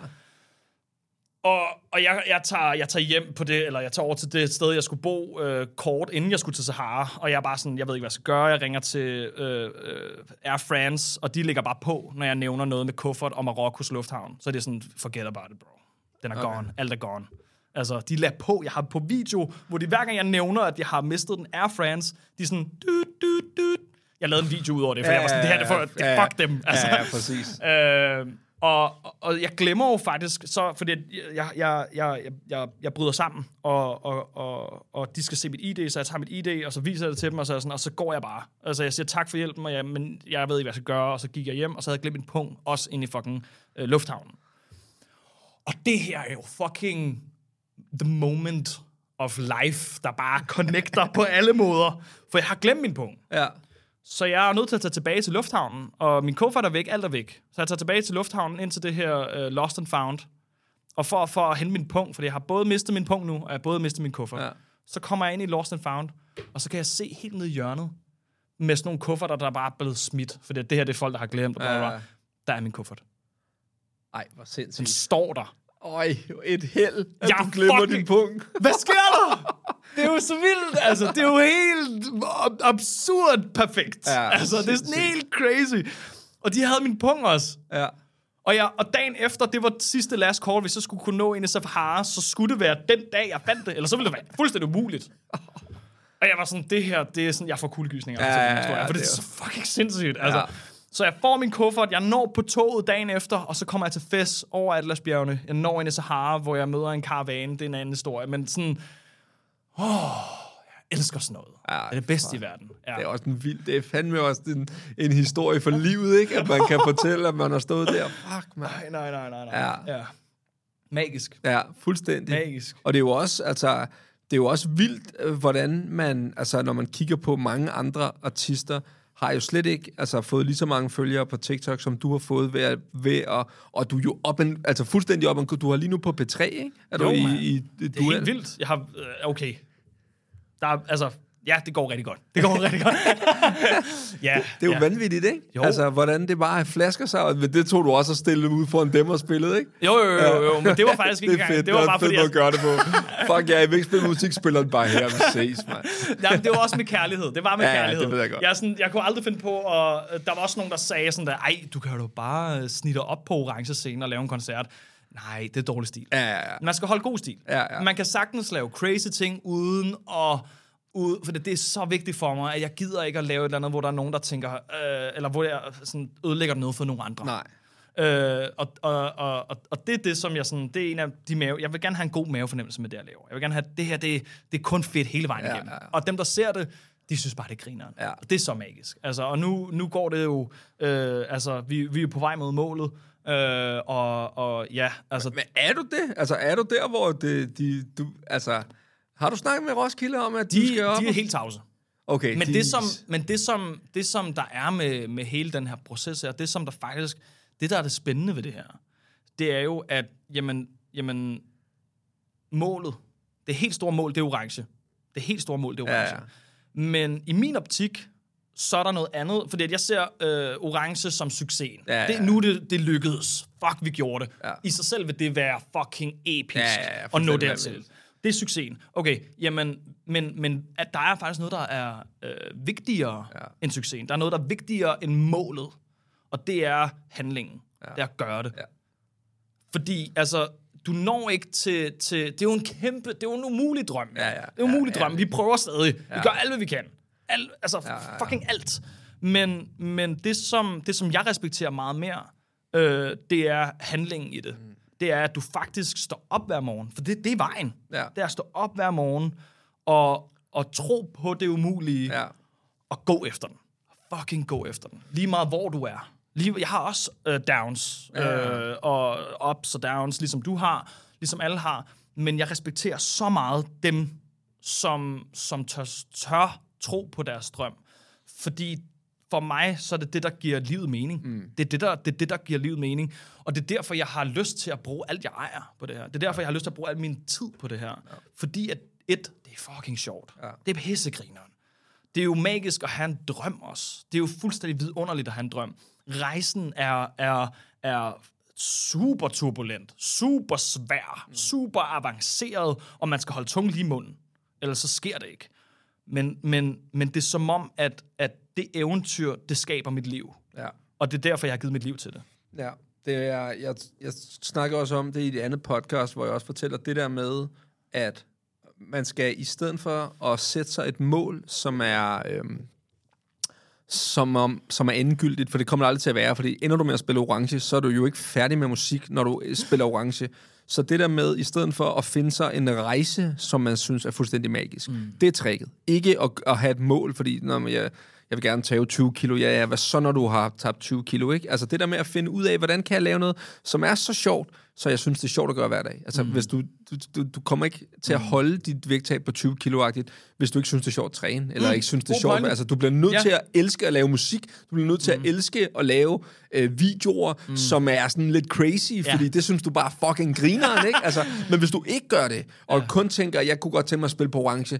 Og, og jeg, jeg, tager, jeg tager hjem på det, eller jeg tager over til det sted, jeg skulle bo øh, kort, inden jeg skulle til Sahara, og jeg er bare sådan, jeg ved ikke, hvad jeg skal gøre. Jeg ringer til øh, øh, Air France, og de ligger bare på, når jeg nævner noget med kuffert og Marokkos lufthavn. Så er det sådan, forget about it, bro. Den er okay. Gone. Alt er gone. Altså, de lader på. Jeg har på video, hvor de hver gang jeg nævner, at jeg har mistet den Air France, de er sådan, dut, dut, dut. Jeg lavede en video ud over det, for ja, jeg var sådan, det her, det er for, ja, fuck dem. Altså, ja, ja, præcis. øh, Og, og jeg glemmer jo faktisk, så, fordi jeg, jeg, jeg, jeg, jeg bryder sammen, og, og, og, og de skal se mit I D, så jeg tager mit I D, og så viser jeg det til dem, og så, sådan, og så går jeg bare. Altså, jeg siger tak for hjælpen, og jeg, men jeg ved ikke, hvad jeg skal gøre, og så gik jeg hjem, og så havde jeg glemt min punkt, også inde i fucking øh, lufthavnen. Og det her er jo fucking the moment of life, der bare connecter på alle måder, for jeg har glemt min punkt. Ja. Så jeg er nødt til at tage tilbage til lufthavnen, og min kuffert er væk, alt er væk. Så jeg tager tilbage til lufthavnen ind til det her uh, Lost and Found, og for, for at hente min punkt, fordi jeg har både mistet min punkt nu, og jeg har både mistet min kuffert. Ja. Så kommer jeg ind i Lost and Found, og så kan jeg se helt ned i hjørnet, med sådan nogle kufferter, der bare er blevet smidt, for det her det er folk, der har glemt, og bla, bla, bla. Der er min kuffert. Ej, hvor sindssygt. Den står der. Øj, et held, at jeg du glemmer fucking... din punkt. Hvad sker der? Det er jo så vildt, altså. Det er jo helt absurd perfekt. Ja, altså, det er sådan helt crazy. Og de havde min punkt også. Ja. Og, jeg, og dagen efter, det var sidste last call, hvis jeg skulle kunne nå ind i Sahara, så skulle det være den dag, jeg fandt det. Eller så ville det være fuldstændig umuligt. Og jeg var sådan, det her, det er sådan, jeg får kuldegysninger. Ja, ja, ja, for det er så fucking sindssygt. Altså. Ja. Så jeg får min kuffert, jeg når på toget dagen efter, og så kommer jeg til Fez over Atlasbjergene. Jeg når ind i Sahara, hvor jeg møder en karavane. Det er en anden historie. Men sådan, åh, jeg elsker sådan noget. Ja, det er det bedste fuck. I verden. Ja. Det er også en vild, det er fandme også en, en historie for livet, ikke? At man kan fortælle, at man har stået der. Fuck, man. Nej, nej, nej, nej. nej. Ja. Ja. Magisk. Ja, fuldstændig. Magisk. Og det er jo også, altså, det er jo også vildt, hvordan man, altså, når man kigger på mange andre artister, har jo slet ikke altså, fået lige så mange følgere på TikTok, som du har fået ved, ved at... Og du er jo op en, altså fuldstændig op en... Du har lige nu på P tre, ikke? Er jo, du i, i, i det er helt vildt. Jeg har... Okay. Der er, altså... Ja, det går rigtig godt. Det går rigtig godt. Ja, det er jo ja. vanvittigt, ikke? Jo. Altså, hvordan det bare flasker sig, og det tog du også at stille ud foran dem og spillet, ikke? Jo, jo, jo, jo, men det var faktisk ikke engang. Det er fedt, det var bare fedt fordi, at gøre det på. Fuck, jeg vil ikke spille musik, spiller den bare her, vi ses, man. Nej, det var også med kærlighed. Det var med ja, kærlighed. det ved jeg godt. Jeg, sådan, jeg kunne aldrig finde på, og der var også nogen, der sagde sådan der, ej, du kan jo bare snitte op på orange scene og lave en koncert. Nej, det er dårlig stil. Ja, ja, ja. Man skal holde god stil. Ja, ja. Man kan sagtens lave crazy ting uden at... Ud, for det, det er så vigtigt for mig, at jeg gider ikke at lave et eller andet, hvor der er nogen, der tænker, øh, eller hvor jeg sådan, ødelægger noget for nogle andre. Nej. Øh, og, og, og, og det er det, som jeg sådan, det er en af de mave, jeg vil gerne have en god mavefornemmelse med det, jeg laver. Jeg vil gerne have, det her, det, det er kun fedt hele vejen igennem. Ja, ja. Og dem, der ser det, de synes bare, det griner. Ja. Det er så magisk. Altså, og nu, nu går det jo, øh, altså, vi, vi er på vej mod målet, øh, og, og ja, altså... Men er du det? Altså, er du der, hvor det, de, du, altså... Har du snakket med Roskilde om, at de, du skal op? De er helt tavse. Okay. Men, de... det, som, men det, som, det, som der er med, med hele den her proces her, det som der faktisk, det der er det spændende ved det her, det er jo, at jamen, jamen, målet, det helt store mål, det er orange. Det helt store mål, det er orange. Ja, ja. Men i min optik, så er der noget andet, fordi at jeg ser øh, orange som succesen. Ja, ja. Det, nu det, det lykkedes. Fuck, vi gjorde det. Ja. I sig selv vil det være fucking episk ja, ja, ja, at nå dertil. Det er succesen. Okay, jamen, men, men at der er faktisk noget, der er øh, vigtigere ja. end succesen. Der er noget, der er vigtigere end målet. Og det er handlingen. Ja. Det er at gøre det. Ja. Fordi, altså, du når ikke til, til... Det er jo en kæmpe... Det er jo en umulig drøm. Ja, ja. Det er en umulig ja, ja. drøm. Vi prøver stadig. Ja. Vi gør alt, hvad vi kan. Alt, altså, ja, ja, ja. fucking alt. Men, men det, som, det, som jeg respekterer meget mere, øh, det er handlingen i det. Mm. Det er, at du faktisk står op hver morgen. For det, det er vejen. Ja. Det er at stå op hver morgen og, og tro på det umulige ja. og gå efter den. Fucking gå efter den. Lige meget, hvor du er. Lige, jeg har også uh, downs ja. uh, og ups og downs, ligesom du har, ligesom alle har. Men jeg respekterer så meget dem, som, som tør, tør tro på deres drøm. Fordi for mig, så er det det, der giver livet mening. Mm. Det, er det, der, det er det, der giver livet mening. Og det er derfor, jeg har lyst til at bruge alt, jeg ejer på det her. Det er derfor, jeg har lyst til at bruge al min tid på det her. Ja. Fordi at et, det er fucking sjovt. Ja. Det er pissegrineren. Det er jo magisk at have en drøm også. Det er jo fuldstændig vidunderligt at have en drøm. Rejsen er, er, er super turbulent, super svær, super avanceret, og man skal holde tungen lige i munden. Ellers så sker det ikke. Men, men, men det er som om, at, at det eventyr, det skaber mit liv. Ja. Og det er derfor, jeg har givet mit liv til det. Ja, det er, jeg, jeg snakker også om det i det andet podcast, hvor jeg også fortæller det der med, at man skal i stedet for at sætte sig et mål, som er, øhm, som, om, som er endegyldigt, for det kommer det aldrig til at være, fordi ender du med at spille orange, så er du jo ikke færdig med musik, når du spiller orange. Så det der med, i stedet for at finde sig en rejse, som man synes er fuldstændig magisk, mm. det er tricket. Ikke at, at have et mål, fordi når jeg, jeg vil gerne tage tyve kilo, ja, ja, hvad så når du har tabt tyve kilo, ikke? Altså det der med at finde ud af, hvordan kan jeg lave noget, som er så sjovt, så jeg synes, det er sjovt at gøre hver dag. Altså, mm. hvis du, du, du, du kommer ikke til at holde dit vægttab på tyve kilo-agtigt, hvis du ikke synes, det er sjovt at træne, eller mm. ikke synes, det er sjovt. Altså, du bliver nødt ja. til at elske at lave musik, du bliver nødt til mm. at elske at lave øh, videoer, mm. som er sådan lidt crazy, fordi ja. det synes du bare fucking grineren, ikke? Altså, men hvis du ikke gør det, og ja. kun tænker, jeg kunne godt tænke mig at spille på orange,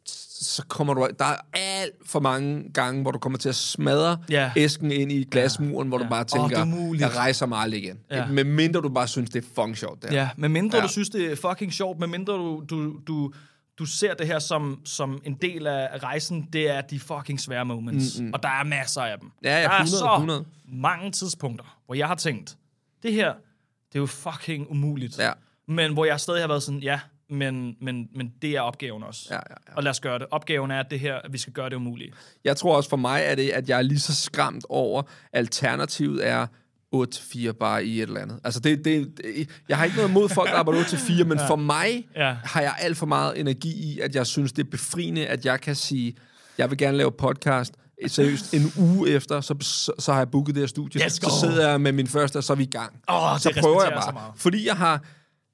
så kommer du... Der er alt for mange gange, hvor du kommer til at smadre ja. æsken ind i glasmuren, hvor ja. du bare tænker, oh, jeg rejser mig aldrig igen. Ja. Med mindre du bare synes, det er fucking sjovt. Der. Ja, med mindre ja. du synes, det er fucking sjovt, med mindre du, du, du, du ser det her som, som en del af rejsen, det er de fucking svære moments. Mm-hmm. Og der er masser af dem. Ja, ja, hundrede, der er så hundrede. mange tidspunkter, hvor jeg har tænkt, det her, det er jo fucking umuligt. Ja. Men hvor jeg stadig har været sådan, ja, Men, men, men det er opgaven også. Ja, ja, ja. Og lad os gøre det. Opgaven er, at det her, at vi skal gøre det umuligt. Jeg tror også for mig, er det, at jeg er lige så skræmt over, alternativet er otte til fire bare i et eller andet. Altså, det, det, det, jeg har ikke noget imod folk, der arbejder otte til fire, men ja. for mig ja. har jeg alt for meget energi i, at jeg synes, det er befriende, at jeg kan sige, jeg vil gerne lave podcast, seriøst, en uge efter, så, så, så har jeg booket det her studie. Så sidder jeg med min første, og så er vi i gang. Oh, så prøver jeg bare. Fordi jeg har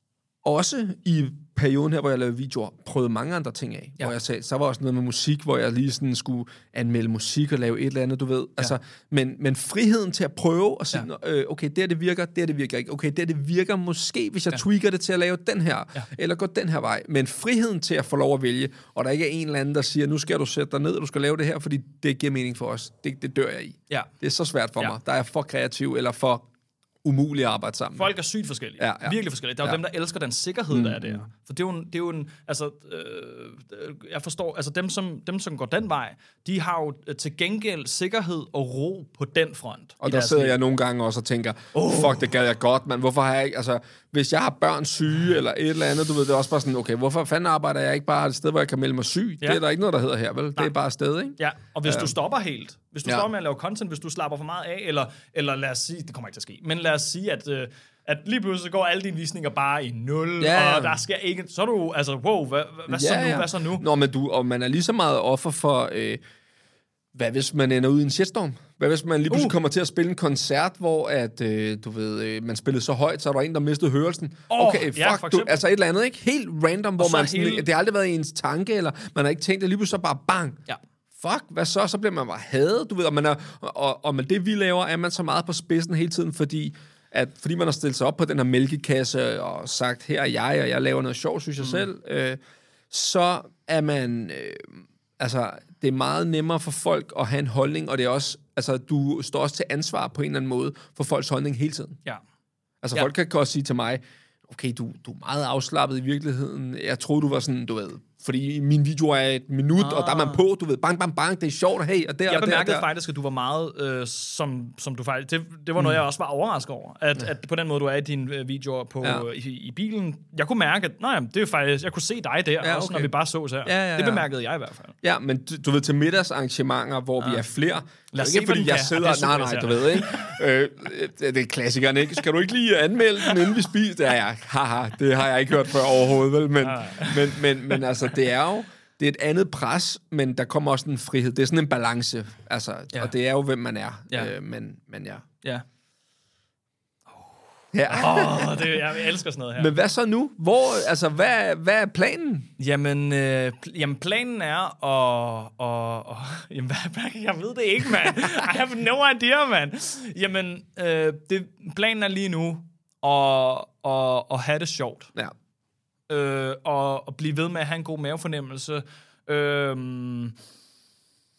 også i perioden her, hvor jeg lavede videoer, prøvede mange andre ting af. Ja. Hvor jeg sagde, så var også noget med musik, hvor jeg lige sådan skulle anmelde musik og lave et eller andet, du ved. Ja. Altså, men, men friheden til at prøve at sige, ja. øh, okay, det her det virker, det her det virker ikke. Okay, det her det virker måske, hvis jeg ja. tweaker det til at lave den her, ja. eller gå den her vej. Men friheden til at få lov at vælge, og der ikke er en eller anden, der siger, nu skal du sætte dig ned, og du skal lave det her, fordi det giver mening for os. Det, det dør jeg i. Ja. Det er så svært for ja. mig. Der er for kreativ, eller for umuligt at arbejde sammen. Folk er sygt forskellige. Ja, ja. Virkelig forskellige. Der er jo ja. dem, der elsker den sikkerhed, mm. der er der. For det er jo en... Det er jo en altså, øh, jeg forstår... Altså, dem som, dem, som går den vej, de har jo til gengæld sikkerhed og ro på den front. Og der sidder liv. jeg nogle gange også og tænker, oh. fuck, det gad jeg godt, men hvorfor har jeg ikke... Altså, hvis jeg har børn syge, eller et eller andet, du ved, det er også bare sådan, okay, hvorfor fanden arbejder jeg ikke bare et sted, hvor jeg kan melde mig syg? Ja. Det er der ikke noget, der hedder her, vel? Nej. Det er bare et sted, ikke? Ja, og hvis uh, du stopper helt, hvis du ja. stopper med at lave content, hvis du slapper for meget af, eller, eller lad os sige, det kommer ikke til at ske, men lad os sige, at, øh, at lige pludselig går alle dine visninger bare i nul, ja. og der skal ikke... Så er du, altså, wow, hvad, hvad ja, så nu, ja. hvad så nu? Nå, men du, og man er lige så meget offer for... Øh, hvad hvis man ender ud i en shitstorm? Hvad hvis man lige pludselig uh. kommer til at spille en koncert, hvor at, øh, du ved, øh, man spillede så højt, så er der en, der mistede hørelsen? Oh, okay, fuck, ja, du, altså et eller andet, ikke? Helt random, hvor man sådan, hele... det har aldrig været i ens tanke, eller man har ikke tænkt det, lige pludselig så bare bang. Ja. Fuck, hvad så? Så bliver man bare hadet, du ved, og, man er, og, og med det, vi laver, er man så meget på spidsen hele tiden, fordi, at, fordi man har stillet sig op på den her mælkekasse, og sagt, her er jeg, og jeg laver noget sjovt, synes jeg mm. selv, øh, så er man... Øh, altså, det er meget nemmere for folk at have en holdning, og det er også, altså, du står også til ansvar på en eller anden måde for folks holdning hele tiden. Ja. Altså, ja. folk kan også sige til mig, okay, du, du er meget afslappet i virkeligheden. Jeg troede, du var sådan, du ved, fordi min video er et minut, ah. og der er man på, du ved, bang, bang, bang, det er sjovt, hey, og der, jeg og der, bemærkede der. faktisk, at du var meget, øh, som, som du faktisk, det, det var noget, mm. jeg også var overrasket over, at, ja. at på den måde, du er i dine øh, videoer på, ja. øh, i, i bilen, jeg kunne mærke, at nej, det er faktisk, jeg kunne se dig der, ja, okay. også når vi bare sås her. Ja, ja, ja. Det bemærkede jeg i hvert fald. Ja, men du, du ved, til middagsarrangementer, hvor ja. vi er flere, lad os ikke se, fordi jeg kan. sidder, nej, nej, du ved, ikke? øh, det er klassikeren, ikke? Skal du ikke lige anmelde den, inden vi spiser? Ja, ja, haha, det har jeg ikke hørt før overhovedet, vel? Men, ja. men, men, men altså, det er jo, det er et andet pres, men der kommer også en frihed. Det er sådan en balance, altså, ja. og det er jo, hvem man er. Ja. Øh, men, men ja. Ja. Ja. Oh, det, jeg elsker sådan noget her. Men hvad så nu? Hvor, altså, hvad, hvad er planen? Jamen, øh, jamen planen er at... Og, og, jamen, hvad, jeg ved det ikke, mand. I have no idea, mand. Jamen, øh, det, planen er lige nu at, at, at have det sjovt. Ja. Øh, og, og blive ved med at have en god mavefornemmelse. Øh,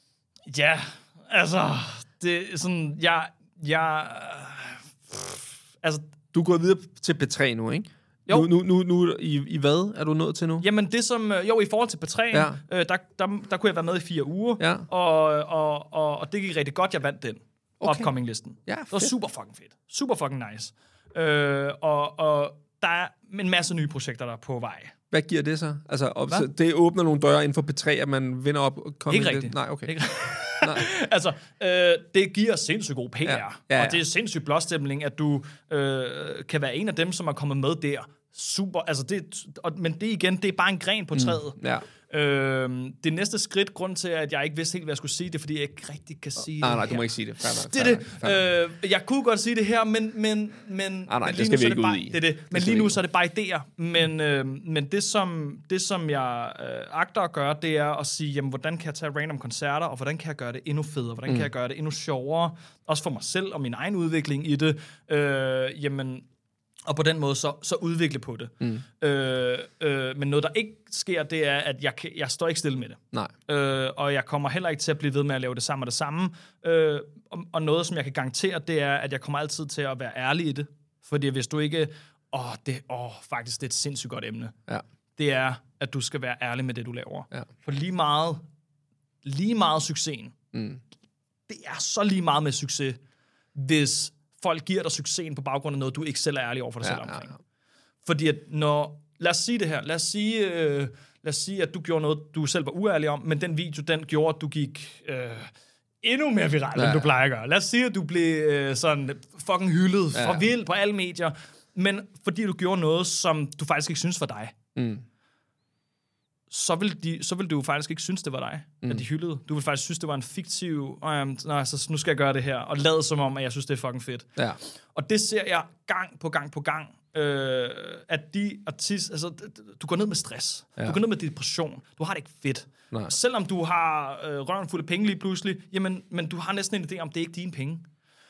Ja, altså, det er sådan, jeg, jeg, altså... Du er gået videre til P tre nu, ikke? Jo. Nu, nu, nu, nu i, i hvad er du nået til nu? Jamen det som, jo i forhold til P tre, ja. øh, der, der, der kunne jeg være med i fire uger, ja. og, og, og, og det gik rigtig godt, jeg vandt den okay. upcoming-listen. Ja, det var super fucking fedt. Super fucking nice. Øh, og, og der er en masse nye projekter, der er på vej. Hvad giver det så? Altså, op, så det åbner nogle døre inden for P tre, at man vinder op? Ikke rigtigt. Nej, okay. Ikke Nej. altså, øh, det giver sindssygt god P R, ja. Ja, ja. Og det er sindssygt blåstempling, at du øh, kan være en af dem, som er kommet med der. Super, altså det, og, men det igen, det er bare en gren på træet. Mm, ja. Øh, det næste skridt, grund til, at jeg ikke vidste helt, hvad jeg skulle sige, det er, fordi jeg ikke rigtig kan sige nej, det Nej, her. du må ikke sige det. Fair nok, det er det. Fair øh, jeg kunne godt sige det her, men, men, men, nej, nej, men det lige skal nu, vi ikke det ud bare, i. det er det. Men det lige nu, så er det bare idéer. Men, øh, men det, som, det, som jeg øh, agter at gøre, det er at sige, jamen, hvordan kan jeg tage random koncerter, og hvordan kan jeg gøre det endnu federe? Hvordan mm. kan jeg gøre det endnu sjovere? Også for mig selv og min egen udvikling i det. Øh, jamen... Og på den måde så, så udvikle på det. Mm. Øh, øh, men noget, der ikke sker, det er, at jeg, jeg står ikke stille med det. Nej. Øh, og jeg kommer heller ikke til at blive ved med at lave det samme og det samme. Øh, og, og noget, som jeg kan garantere, det er, at jeg kommer altid til at være ærlig i det. Fordi hvis du ikke... Åh, det, åh faktisk, det er et sindssygt godt emne. Ja. Det er, at du skal være ærlig med det, du laver. Ja. For lige meget, lige meget succesen, mm. det er så lige meget med succes, hvis... folk giver dig succesen på baggrund af noget, du ikke selv er ærlig over for dig ja, selv omkring. Ja, ja. Fordi at når... Lad os sige det her. Lad os sige, øh, lad os sige, at du gjorde noget, du selv var uærlig om, men den video, den gjorde, at du gik øh, endnu mere viral, ja, end du plejer at gøre. Lad os sige, at du blev øh, sådan fucking hyldet ja. for vildt på alle medier, men fordi du gjorde noget, som du faktisk ikke synes var dig. Mm. Så vil, de, så vil du faktisk ikke synes, det var dig, mm. at de hyldede. Du vil faktisk synes, det var en fiktiv, um, nej, så nu skal jeg gøre det her, og lade som om, at jeg synes, det er fucking fedt. Ja. Og det ser jeg gang på gang på gang, øh, at de artister, altså, du går ned med stress, ja. Du går ned med depression, du har det ikke fedt. Nej. Selvom du har øh, røven fuld af penge lige pludselig, jamen, men du har næsten en idé om, det er ikke dine penge.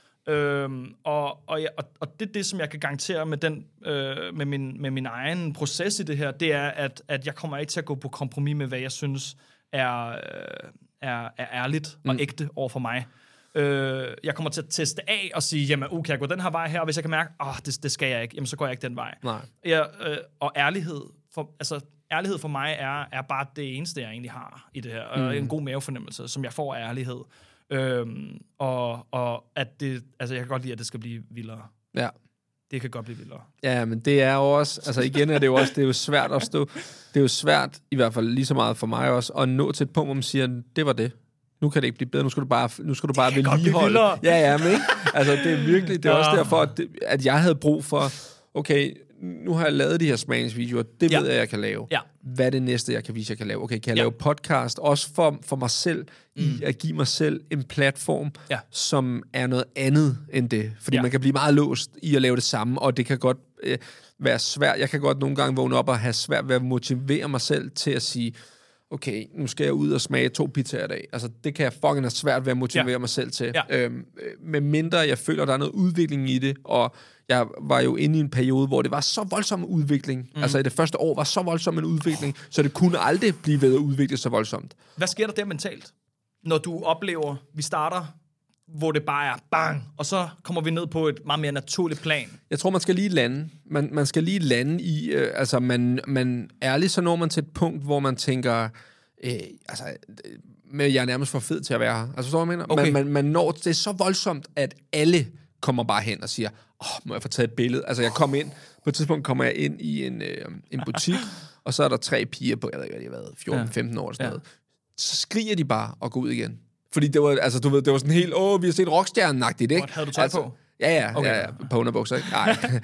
Øhm, og, og, ja, og, og det er det, som jeg kan garantere med, den, øh, med, min, med min egen proces i det her, det er, at, at jeg kommer ikke til at gå på kompromis med, hvad jeg synes er, øh, er, er ærligt og mm. ægte over for mig. Øh, jeg kommer til at teste af og sige, jamen, uh, kan jeg gå den her vej her, og hvis jeg kan mærke, åh, oh, det, det skal jeg ikke, jamen, så går jeg ikke den vej. Nej. Jeg, øh, og ærlighed, for, altså, ærlighed for mig er, er bare det eneste, jeg egentlig har i det her. Mm. Og en god mavefornemmelse, som jeg får af ærlighed. Øhm, og, og at det, altså jeg kan godt lide, at det skal blive vildere. Ja. Det kan godt blive vildere. Ja, men det er jo også, altså igen er det jo også, det er jo svært at stå, det er jo svært, i hvert fald lige så meget for mig også, at nå til et punkt, hvor man siger, det var det. Nu kan det ikke blive bedre, nu skal du bare, nu skal du bare vedligeholde. Ja, ja, men ikke? Altså det er virkelig, det er ja. også derfor, at, det, at jeg havde brug for, okay, nu har jeg lavet de her smagningsvideoer, det ja. ved jeg, jeg kan lave. Ja. Hvad er det næste, jeg kan vise, jeg kan lave? Okay, kan jeg ja. lave podcast, også for, for mig selv, mm. i at give mig selv en platform, ja. som er noget andet end det. Fordi ja. man kan blive meget låst i at lave det samme, og det kan godt øh, være svært. Jeg kan godt nogle gange vågne op og have svært ved at motivere mig selv til at sige, okay, nu skal jeg ud og smage to pizzaer i dag. Altså, det kan jeg fucking have svært ved at motivere ja. mig selv til. Ja. Øhm, med mindre jeg føler, der er noget udvikling i det, og jeg var jo inde i en periode, hvor det var så voldsom en udvikling. Mm. Altså, i det første år var så voldsom en udvikling, så det kunne aldrig blive ved at udvikle så voldsomt. Hvad sker der der mentalt, når du oplever, vi starter, hvor det bare er bang, og så kommer vi ned på et meget mere naturligt plan? Jeg tror, man skal lige lande. Man, man skal lige lande i, øh, altså man, man ærligt, så når man til et punkt, hvor man tænker, øh, altså, med, jeg er nærmest for fed til at være her. Altså, forstår du, hvad jeg mener? Okay. Man, man, man når, det er så voldsomt, at alle kommer bare hen og siger, åh, oh, må jeg få taget et billede? Altså, jeg kom ind, på et tidspunkt kommer jeg ind i en, øh, en butik, og så er der tre piger på, jeg ved ikke, hvad de har været, fjorten femten år eller sådan ja. noget. Så skriger de bare og går ud igen. Fordi det var, altså, du ved, det var sådan helt, åh, vi har set rockstjernen-agtigt, ikke? What, havde du tøj altså, på? Ja, ja, okay. ja, ja, på underbukser, ikke?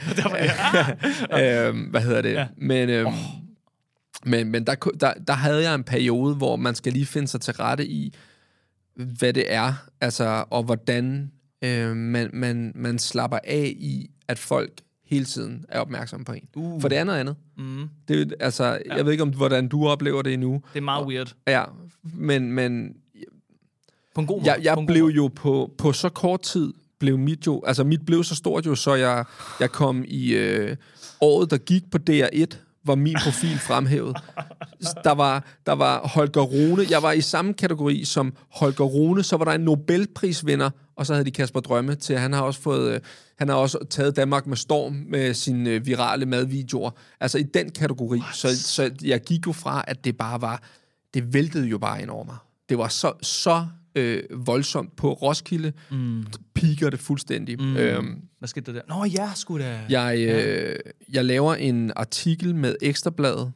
Nej. øhm, hvad hedder det? Ja. Men, øhm, oh. men, men der, der, der havde jeg en periode, hvor man skal lige finde sig til rette i, hvad det er, altså, og hvordan øh, man, man, man slapper af i, at folk hele tiden er opmærksomme på en. Uh. For det er noget andet. Mm. Det, altså, ja. Jeg ved ikke, om hvordan du oplever det endnu. Det er meget og, weird. Ja, men... men på en god måde. Jeg, jeg blev jo på, på så kort tid, blev mit jo, altså mit blev så stort jo, så jeg, jeg kom i øh, året, der gik på D R et, var min profil fremhævet. der var, der var Holger Rune. Jeg var i samme kategori som Holger Rune. Så var der en Nobelprisvinder, og så havde de Kasper Drømme til. Han har også fået, han har også taget Danmark med storm med sine virale madvideoer. Altså i den kategori. Så, så jeg gik jo fra, at det bare var, det væltede jo bare ind over mig. Det var så, så øh, voldsomt på Roskilde. Mm. Piker det fuldstændig. Mm. Øhm, Hvad skete der der? Nå ja, sgu da. Jeg, øh, jeg laver en artikel med Ekstrabladet.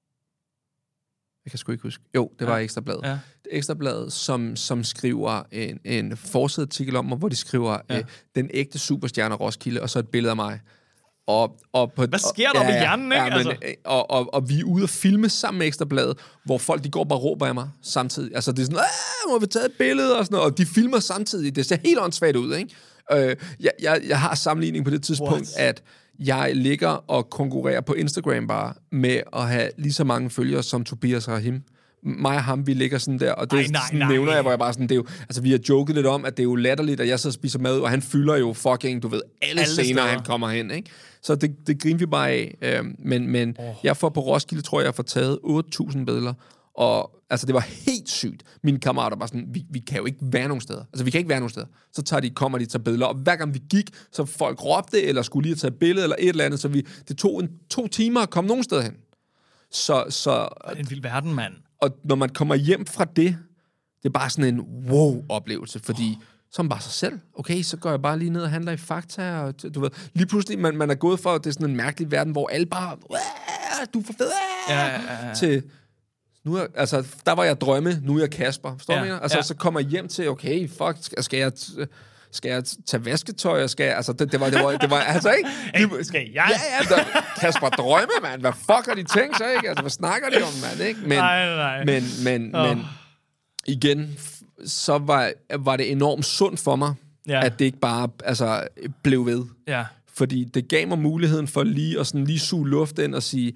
Jeg kan sgu ikke huske. Jo, det var ja. Ekstrabladet. Ja. Ekstrabladet, som, som skriver en, en forsideartikel om mig, hvor de skriver ja. øh, den ægte superstjerne Roskilde, og så et billede af mig. Og, og på, Hvad sker der og, ja, med hjernen, ikke? Ja, men, altså. og, og, og vi er ude og filme sammen med Ekstrabladet, hvor folk, de går bare og råber af mig samtidig. Altså, det er sådan, Æh, må vi tage et billede? Og sådan noget, og de filmer samtidig. Det ser helt åndssvagt ud, ikke? Øh, jeg, jeg, jeg har sammenligning på det tidspunkt, What? at jeg ligger og konkurrerer på Instagram bare med at have lige så mange følgere som Tobias Rahim. Mig og ham, vi ligger sådan der, og det nej, nej, sådan, nej. nævner jeg, hvor jeg bare sådan, det er jo, altså vi har joket lidt om, at det er jo latterligt, at jeg sidder og spiser mad, og han fylder jo fucking, du ved, alle, alle scener, steder. Han kommer hen, ikke? Så det, det griner vi bare af. Øhm, men men oh. jeg får på Roskilde, tror jeg, jeg får taget otte tusind billeder, og altså det var helt sygt. Mine kammerater bare sådan, vi, vi kan jo ikke være nogen steder. Altså vi kan ikke være nogen steder. Så tager de, kommer de, tager billeder, og hver gang vi gik, så folk råbte, eller skulle lige tage et billede, eller et eller andet, så vi, det tog en, to timer at komme nogen steder hen. Så, så, det er en vild verden, mand. Og når man kommer hjem fra det, det er bare sådan en wow-oplevelse, fordi oh. så er man bare sig selv. Okay, så går jeg bare lige ned og handler i Fakta, og du ved, lige pludselig, man, man er gået fra, det er sådan en mærkelig verden, hvor alle bare, du er for fed, ja, ja, ja. til, nu er, altså, der var jeg drømme, nu er jeg Kasper. Forstår du, ja, altså, ja. Så kommer jeg hjem til, okay, fuck, skal, skal jeg... Skal jeg tage vasketøj, og skal jeg... Altså, det, det var... Det var, det var altså, ikke... Hey, skal jeg? Ja, ja, der, Kasper Drømme, mand. Hvad fuck har de tænkt sig, ikke? Altså, hvad snakker de om, mand, ikke? Men, nej, nej. Men, men, oh. men igen, så var, var det enormt sundt for mig, ja. At det ikke bare altså, blev ved. Ja. Fordi det gav mig muligheden for lige at sådan, lige suge luft ind og sige...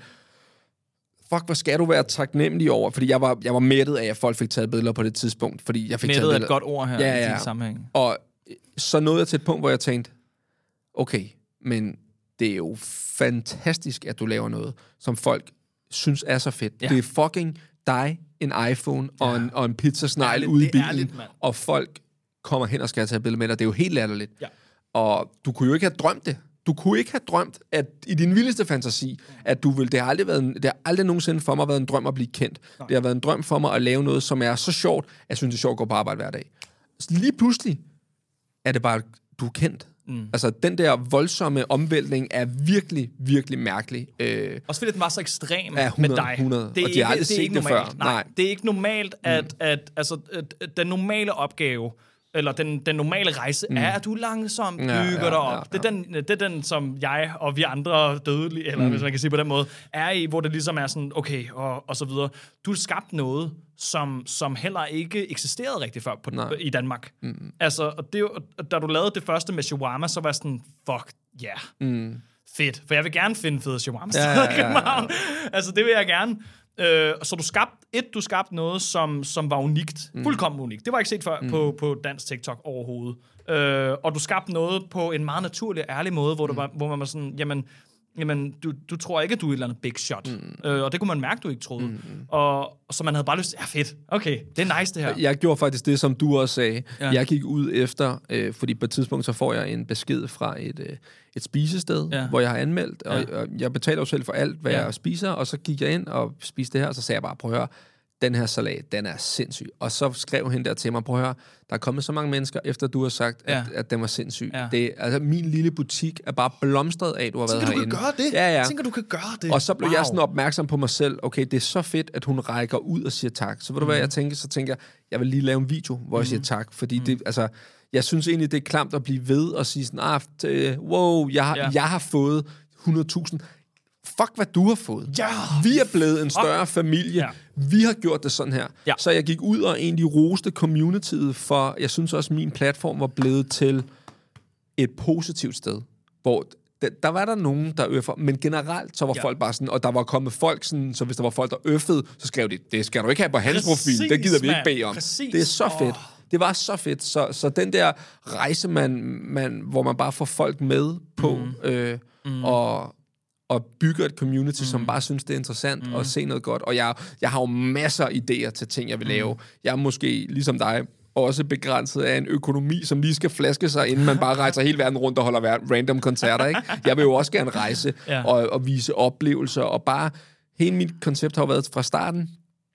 Fuck, hvad skal du være taknemmelig over? Fordi jeg var, jeg var mættet af, at folk fik taget billeder på det tidspunkt. Fordi jeg fik mættet taget er et godt ord her, ja, ja. i din sammenhæng. Og så nåede jeg til et punkt, hvor jeg tænkte, okay, men det er jo fantastisk, at du laver noget, som folk synes er så fedt. Ja. Det er fucking dig, en iPhone ja. og, en, og en pizzasnegle ude i bilen, ærligt, og folk kommer hen og skal tage billeder med dig. Det er jo helt latterligt. Ja. Og du kunne jo ikke have drømt det. Du kunne ikke have drømt, at i din vildeste fantasi, at du vil, det har aldrig været en, det har aldrig nogensinde for mig været en drøm at blive kendt. Nej. Det har været en drøm for mig at lave noget, som er så sjovt, at jeg synes, det er sjovt at gå på arbejde hver dag. Så lige pludselig er det bare, du er kendt. Mm. Altså, den der voldsomme omvæltning er virkelig, virkelig mærkelig. Øh, Også fordi den var så ekstrem ja, hundrede, med dig. hundrede. Det er og de ikke, har aldrig set det før. Nej, Nej, det er ikke normalt, at, mm. at, altså, at den normale opgave, eller den, den normale rejse, mm. er, at du langsomt bygger ja, ja, dig op. Ja, ja. Det, er den, det er den, som jeg og vi andre dødelige, eller mm. hvis man kan sige på den måde, er i, hvor det ligesom er sådan, okay, og, og så videre. Du har skabt noget, som, som heller ikke eksisterede rigtig før på, i Danmark. Mm. Altså, og det, da du lavede det første med shawarma, så var jeg sådan, fuck, ja. Yeah. Mm. Fedt. For jeg vil gerne finde fede shawarma. Ja, ja, ja, ja. Altså, det vil jeg gerne. Øh, så du skabte, et, du skabte noget, som, som var unikt. Mm. Fuldkommen unikt. Det var ikke set før mm. på, på dansk TikTok overhovedet. Øh, og du skabte noget på en meget naturlig og ærlig måde, hvor, mm. var, hvor man var sådan, jamen, jamen du, du tror ikke, at du er et eller andet big shot. Mm. Øh, og det kunne man mærke, du ikke troede. Mm. Og så man havde bare lyst til, ja fedt, okay, det er nice det her. Jeg gjorde faktisk det, som du også sagde. Ja. Jeg gik ud efter, øh, fordi på et tidspunkt, så får jeg en besked fra et, øh, et spisested, ja. Hvor jeg har anmeldt, og, ja. og jeg betaler jo selv for alt, hvad ja. Jeg spiser, og så gik jeg ind og spiste det her, og så sagde jeg bare, prøv at høre, den her salat, den er sindssyg. Og så skrev hende der til mig, prøv at høre, der er kommet så mange mennesker, efter du har sagt, ja. at, at den var sindssyg. Ja. Det, altså, min lille butik er bare blomstret af, du har været herinde. Tænker du kan gøre det? Ja, ja. Tænker du kan gøre det? Og så blev wow. jeg sådan opmærksom på mig selv, okay, det er så fedt, at hun rækker ud og siger tak. Så ved mm. du hvad, jeg tænker, så tænker jeg, jeg vil lige lave en video, hvor mm. jeg siger tak, fordi mm. det, altså, jeg synes egentlig, det er klamt at blive ved og sige sådan, ah, t- wow, jeg har, ja. jeg har fået hundrede tusind. Fuck, hvad du har fået. Ja. Vi er blevet en større okay. familie. Ja. Vi har gjort det sådan her. Ja. Så jeg gik ud og egentlig roste communityet, for jeg synes også, at min platform var blevet til et positivt sted, hvor der, der var der nogen, der øffer, men generelt så var ja. Folk bare sådan, og der var kommet folk sådan, så hvis der var folk, der øffede, så skrev de, det skal du ikke have på hans Præcis, profil, det gider vi ikke bede om. Præcis. Det er så fedt. Oh. Det var så fedt. Så, så den der rejse, man, man, hvor man bare får folk med på, mm. Øh, mm. og og bygger et community, mm. som bare synes, det er interessant mm. at se noget godt. Og jeg, jeg har jo masser af idéer til ting, jeg vil lave. Mm. Jeg er måske, ligesom dig, også begrænset af en økonomi, som lige skal flaske sig, inden man bare rejser hele verden rundt og holder random koncerter, ikke? Jeg vil jo også gerne rejse ja. og, og vise oplevelser, og bare, hele mit koncept har jo været fra starten,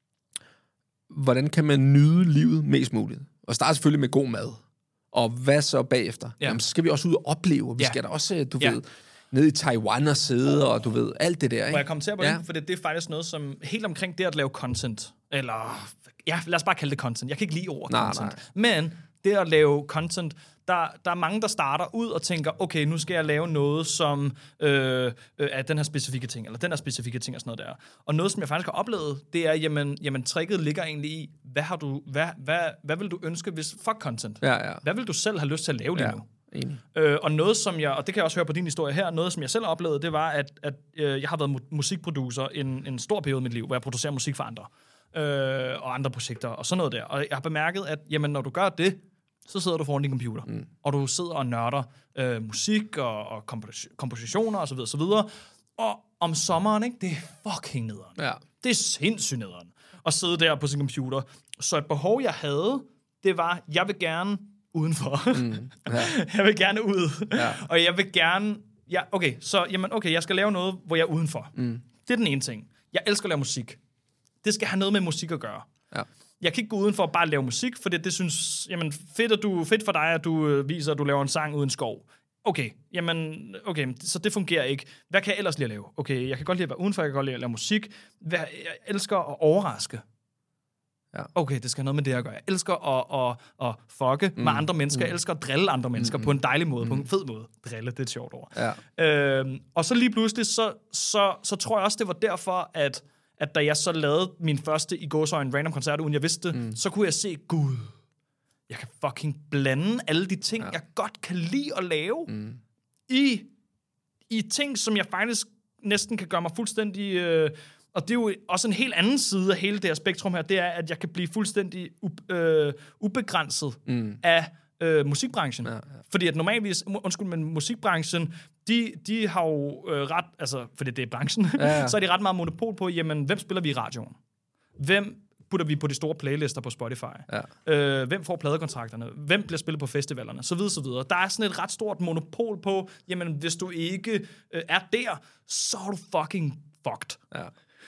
hvordan kan man nyde livet mest muligt? Og starte selvfølgelig med god mad. Og hvad så bagefter? Ja. Jamen, så skal vi også ud og opleve. Vi ja. skal da også, du ja. ved, ned i Taiwan og sidde, og du ved, alt det der, ikke? Må jeg kommentere på ja. det? For det, det er faktisk noget, som helt omkring det at lave content, eller, ja, lad os bare kalde det content. Jeg kan ikke lide ord nej, content. Nej. Men det at lave content, der, der er mange, der starter ud og tænker, okay, nu skal jeg lave noget, som øh, øh, er den her specifikke ting, eller den her specifikke ting, og sådan noget der. Og noget, som jeg faktisk har oplevet, det er, jamen, jamen tricket ligger egentlig i, hvad har du, hvad, hvad, hvad vil du ønske, hvis, fuck content. Ja, ja. Hvad vil du selv have lyst til at lave lige ja. nu? Øh, og noget, som jeg, og det kan jeg også høre på din historie her, noget, som jeg selv oplevede, det var, at, at øh, jeg har været mu- musikproducer en, en stor periode i mit liv, hvor jeg producerer musik for andre, øh, og andre projekter, og sådan noget der. Og jeg har bemærket, at jamen, når du gør det, så sidder du foran din computer, mm. og du sidder og nørder øh, musik og, og kompos- kompositioner osv. Og, så videre, og om sommeren, ikke, det er fucking nederen. Ja. Det er sindssygt nederen at sidde der på sin computer. Så et behov, jeg havde, det var, jeg vil gerne udenfor. Mm. Ja. Jeg vil gerne ud. Ja. Og jeg vil gerne... Ja, okay, så jamen, okay, jeg skal lave noget, hvor jeg er udenfor. Mm. Det er den ene ting. Jeg elsker at lave musik. Det skal have noget med musik at gøre. Ja. Jeg kan ikke gå udenfor og bare lave musik, for det, det synes... Jamen, fedt, at du, fedt for dig, at du øh, viser, at du laver en sang uden skov. Okay, jamen, okay, så det fungerer ikke. Hvad kan jeg ellers lide at lave? Okay, jeg kan godt lide at være udenfor, jeg kan godt lide at lave musik. Hvad, jeg elsker at overraske. Ja. Okay, det skal have noget med det at gøre. Jeg elsker at, at, at fucke mm. med andre mennesker. Mm. Jeg elsker at drille andre mennesker mm. på en dejlig måde, mm. på en fed måde. Drille, det er et sjovt ord. Ja. Øhm, og så lige pludselig, så, så, så tror jeg også, det var derfor, at, at da jeg så lavede min første i gåseøjne random koncert, uden jeg vidste det, mm. så kunne jeg se, gud, jeg kan fucking blande alle de ting, ja. jeg godt kan lide at lave, mm. i, i ting, som jeg faktisk næsten kan gøre mig fuldstændig... Øh, Og det er jo også en helt anden side af hele det her spektrum her, det er, at jeg kan blive fuldstændig u- øh, ubegrænset mm. af øh, musikbranchen. Ja, ja. Fordi at normalvis, undskyld, men musikbranchen, de, de har jo øh, ret, altså, fordi det er branchen, ja, ja. så er de ret meget monopol på, jamen, hvem spiller vi i radioen? Hvem putter vi på de store playlister på Spotify? Ja. Øh, hvem får pladekontrakterne? Hvem bliver spillet på festivalerne? Så videre, så videre. Der er sådan et ret stort monopol på, jamen, hvis du ikke øh, er der, så er du fucking fucked. Ja.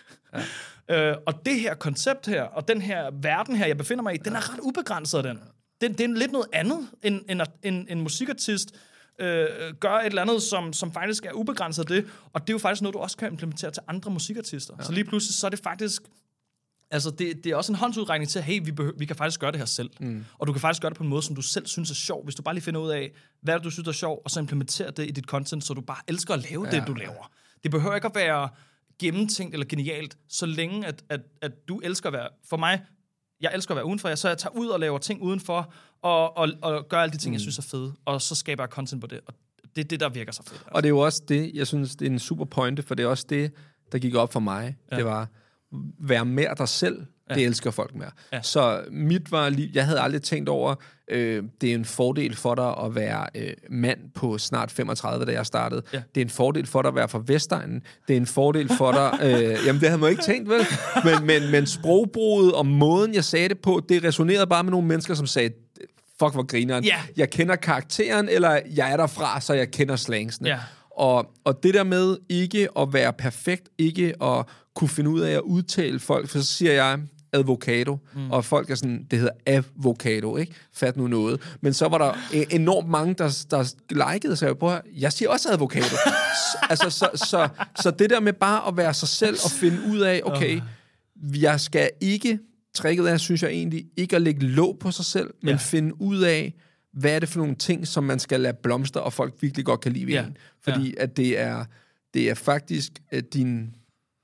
Ja. Øh, og det her koncept her, og den her verden her, jeg befinder mig i, ja. den er ret ubegrænset, den. den. Det er lidt noget andet, end en, en, en musikartist øh, gør et eller andet, som, som faktisk er ubegrænset det, og det er jo faktisk noget, du også kan implementere til andre musikartister. Ja. Så lige pludselig, så er det faktisk... Altså, det, det er også en håndsudregning til, hey, vi, behøver, vi kan faktisk gøre det her selv. Mm. Og du kan faktisk gøre det på en måde, som du selv synes er sjov. Hvis du bare lige finder ud af, hvad er det, du synes er sjov, og så implementerer det i dit content, så du bare elsker at lave ja. det, du laver. Det behøver ikke at være... gennemtænkt eller genialt, så længe at, at, at du elsker at være... For mig, jeg elsker at være udenfor, så jeg tager ud og laver ting udenfor, og, og, og gør alle de ting, mm. jeg synes er fede, og så skaber jeg content på det, og det er det, der virker så fedt. Altså. Og det er jo også det, jeg synes, det er en super pointe, for det er også det, der gik op for mig. Ja. Det var, være mere dig selv, det ja. elsker folk mere. Ja. Så mit var lige... Jeg havde aldrig tænkt over, øh, det er en fordel for dig at være øh, mand på snart femogtredive, da jeg startede. Ja. Det er en fordel for dig at være fra Vestegnen. Det er en fordel for dig... Øh, jamen, det havde man ikke tænkt, vel? Men, men, men sprogbruget og måden, jeg sagde det på, det resonerede bare med nogle mennesker, som sagde, fuck, hvor grineren. Yeah. Jeg kender karakteren, eller jeg er derfra, så jeg kender slangsene. Yeah. Og, og det der med ikke at være perfekt, ikke at kunne finde ud af at udtale folk, for så siger jeg avocado, mm. og folk er sådan, det hedder avocado, ikke? Fat nu noget. Men så var der enormt mange, der, der likede sig på her. Jeg siger også avocado. så, altså, så, så, så det der med bare at være sig selv og finde ud af, okay, jeg skal ikke, tricket er, synes jeg egentlig, ikke at lægge låg på sig selv, men ja. finde ud af, hvad er det for nogle ting, som man skal lade blomstre, og folk virkelig godt kan lide ved ja. en. Fordi ja. at det er, det er faktisk din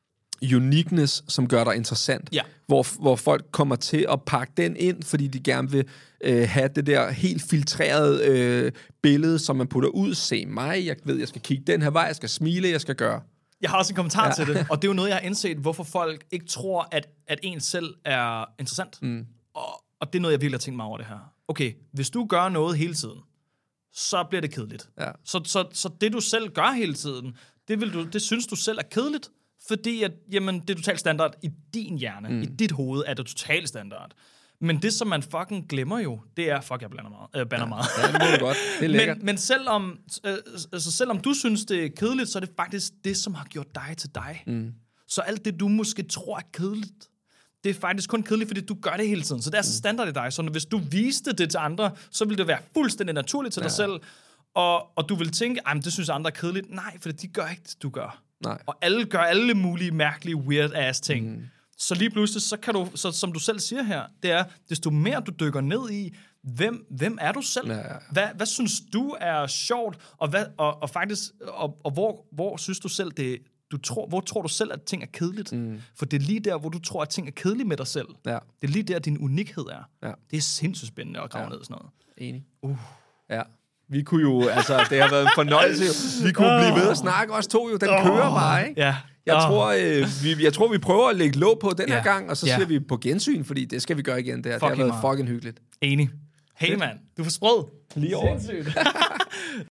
uniqueness, som gør dig interessant. Ja. Hvor, hvor folk kommer til at pakke den ind, fordi de gerne vil øh, have det der helt filtrerede øh, billede, som man putter ud. Se mig, jeg ved, jeg skal kigge den her vej, jeg skal smile, jeg skal gøre. Jeg har også en kommentar ja. til det, og det er jo noget, jeg har indset, hvorfor folk ikke tror, at, at en selv er interessant. Mm. Og, og det er noget, jeg virkelig har tænkt mig over det her. Okay, hvis du gør noget hele tiden, så bliver det kedeligt. Ja. Så, så, så det, du selv gør hele tiden, det, vil du, det synes du selv er kedeligt, fordi at, jamen, det er totalt standard i din hjerne, mm. i dit hoved er det totalt standard. Men det, som man fucking glemmer jo, det er, fuck, jeg blander meget. Øh, bander ja. meget. Ja, det må du godt. Det er lækkert. Men, men selvom, øh, altså, selvom du synes, det er kedeligt, så er det faktisk det, som har gjort dig til dig. Mm. Så alt det, du måske tror er kedeligt, det er faktisk kun kedeligt, fordi du gør det hele tiden. Så det er så standard i dig. Så hvis du viste det til andre, så ville det være fuldstændig naturligt til dig ja. selv. Og, og du vil tænke, at det synes andre er kedeligt. Nej, for de gør ikke det, du gør. Nej. Og alle gør alle mulige mærkelige, weird-ass ting. Mm. Så lige pludselig, så kan du, så, som du selv siger her, det er, desto mere du dykker ned i, hvem, hvem er du selv? Ja, ja, ja. Hvad, hvad synes du er sjovt? Og, hvad, og, og faktisk, og, og hvor, hvor synes du selv, det du tror, hvor tror du selv, at ting er kedeligt? Mm. For det er lige der, hvor du tror, at ting er kedelige med dig selv. Ja. Det er lige der, din unikhed er. Ja. Det er sindssygt spændende at grave ja. ned i sådan noget. Enig. Uh. Ja. Vi kunne jo, altså, det har været en fornøjelse. Vi kunne blive ved at snakke os to jo. Den oh. kører bare, ikke? Ja. Jeg, oh. tror, øh, vi, jeg tror, vi prøver at lægge låg på den her yeah. gang, og så yeah. siger vi på gensyn, fordi det skal vi gøre igen. Det, her. Det har været fucking hyggeligt. Enig. Hey, mand. Du får sprød. Lige over.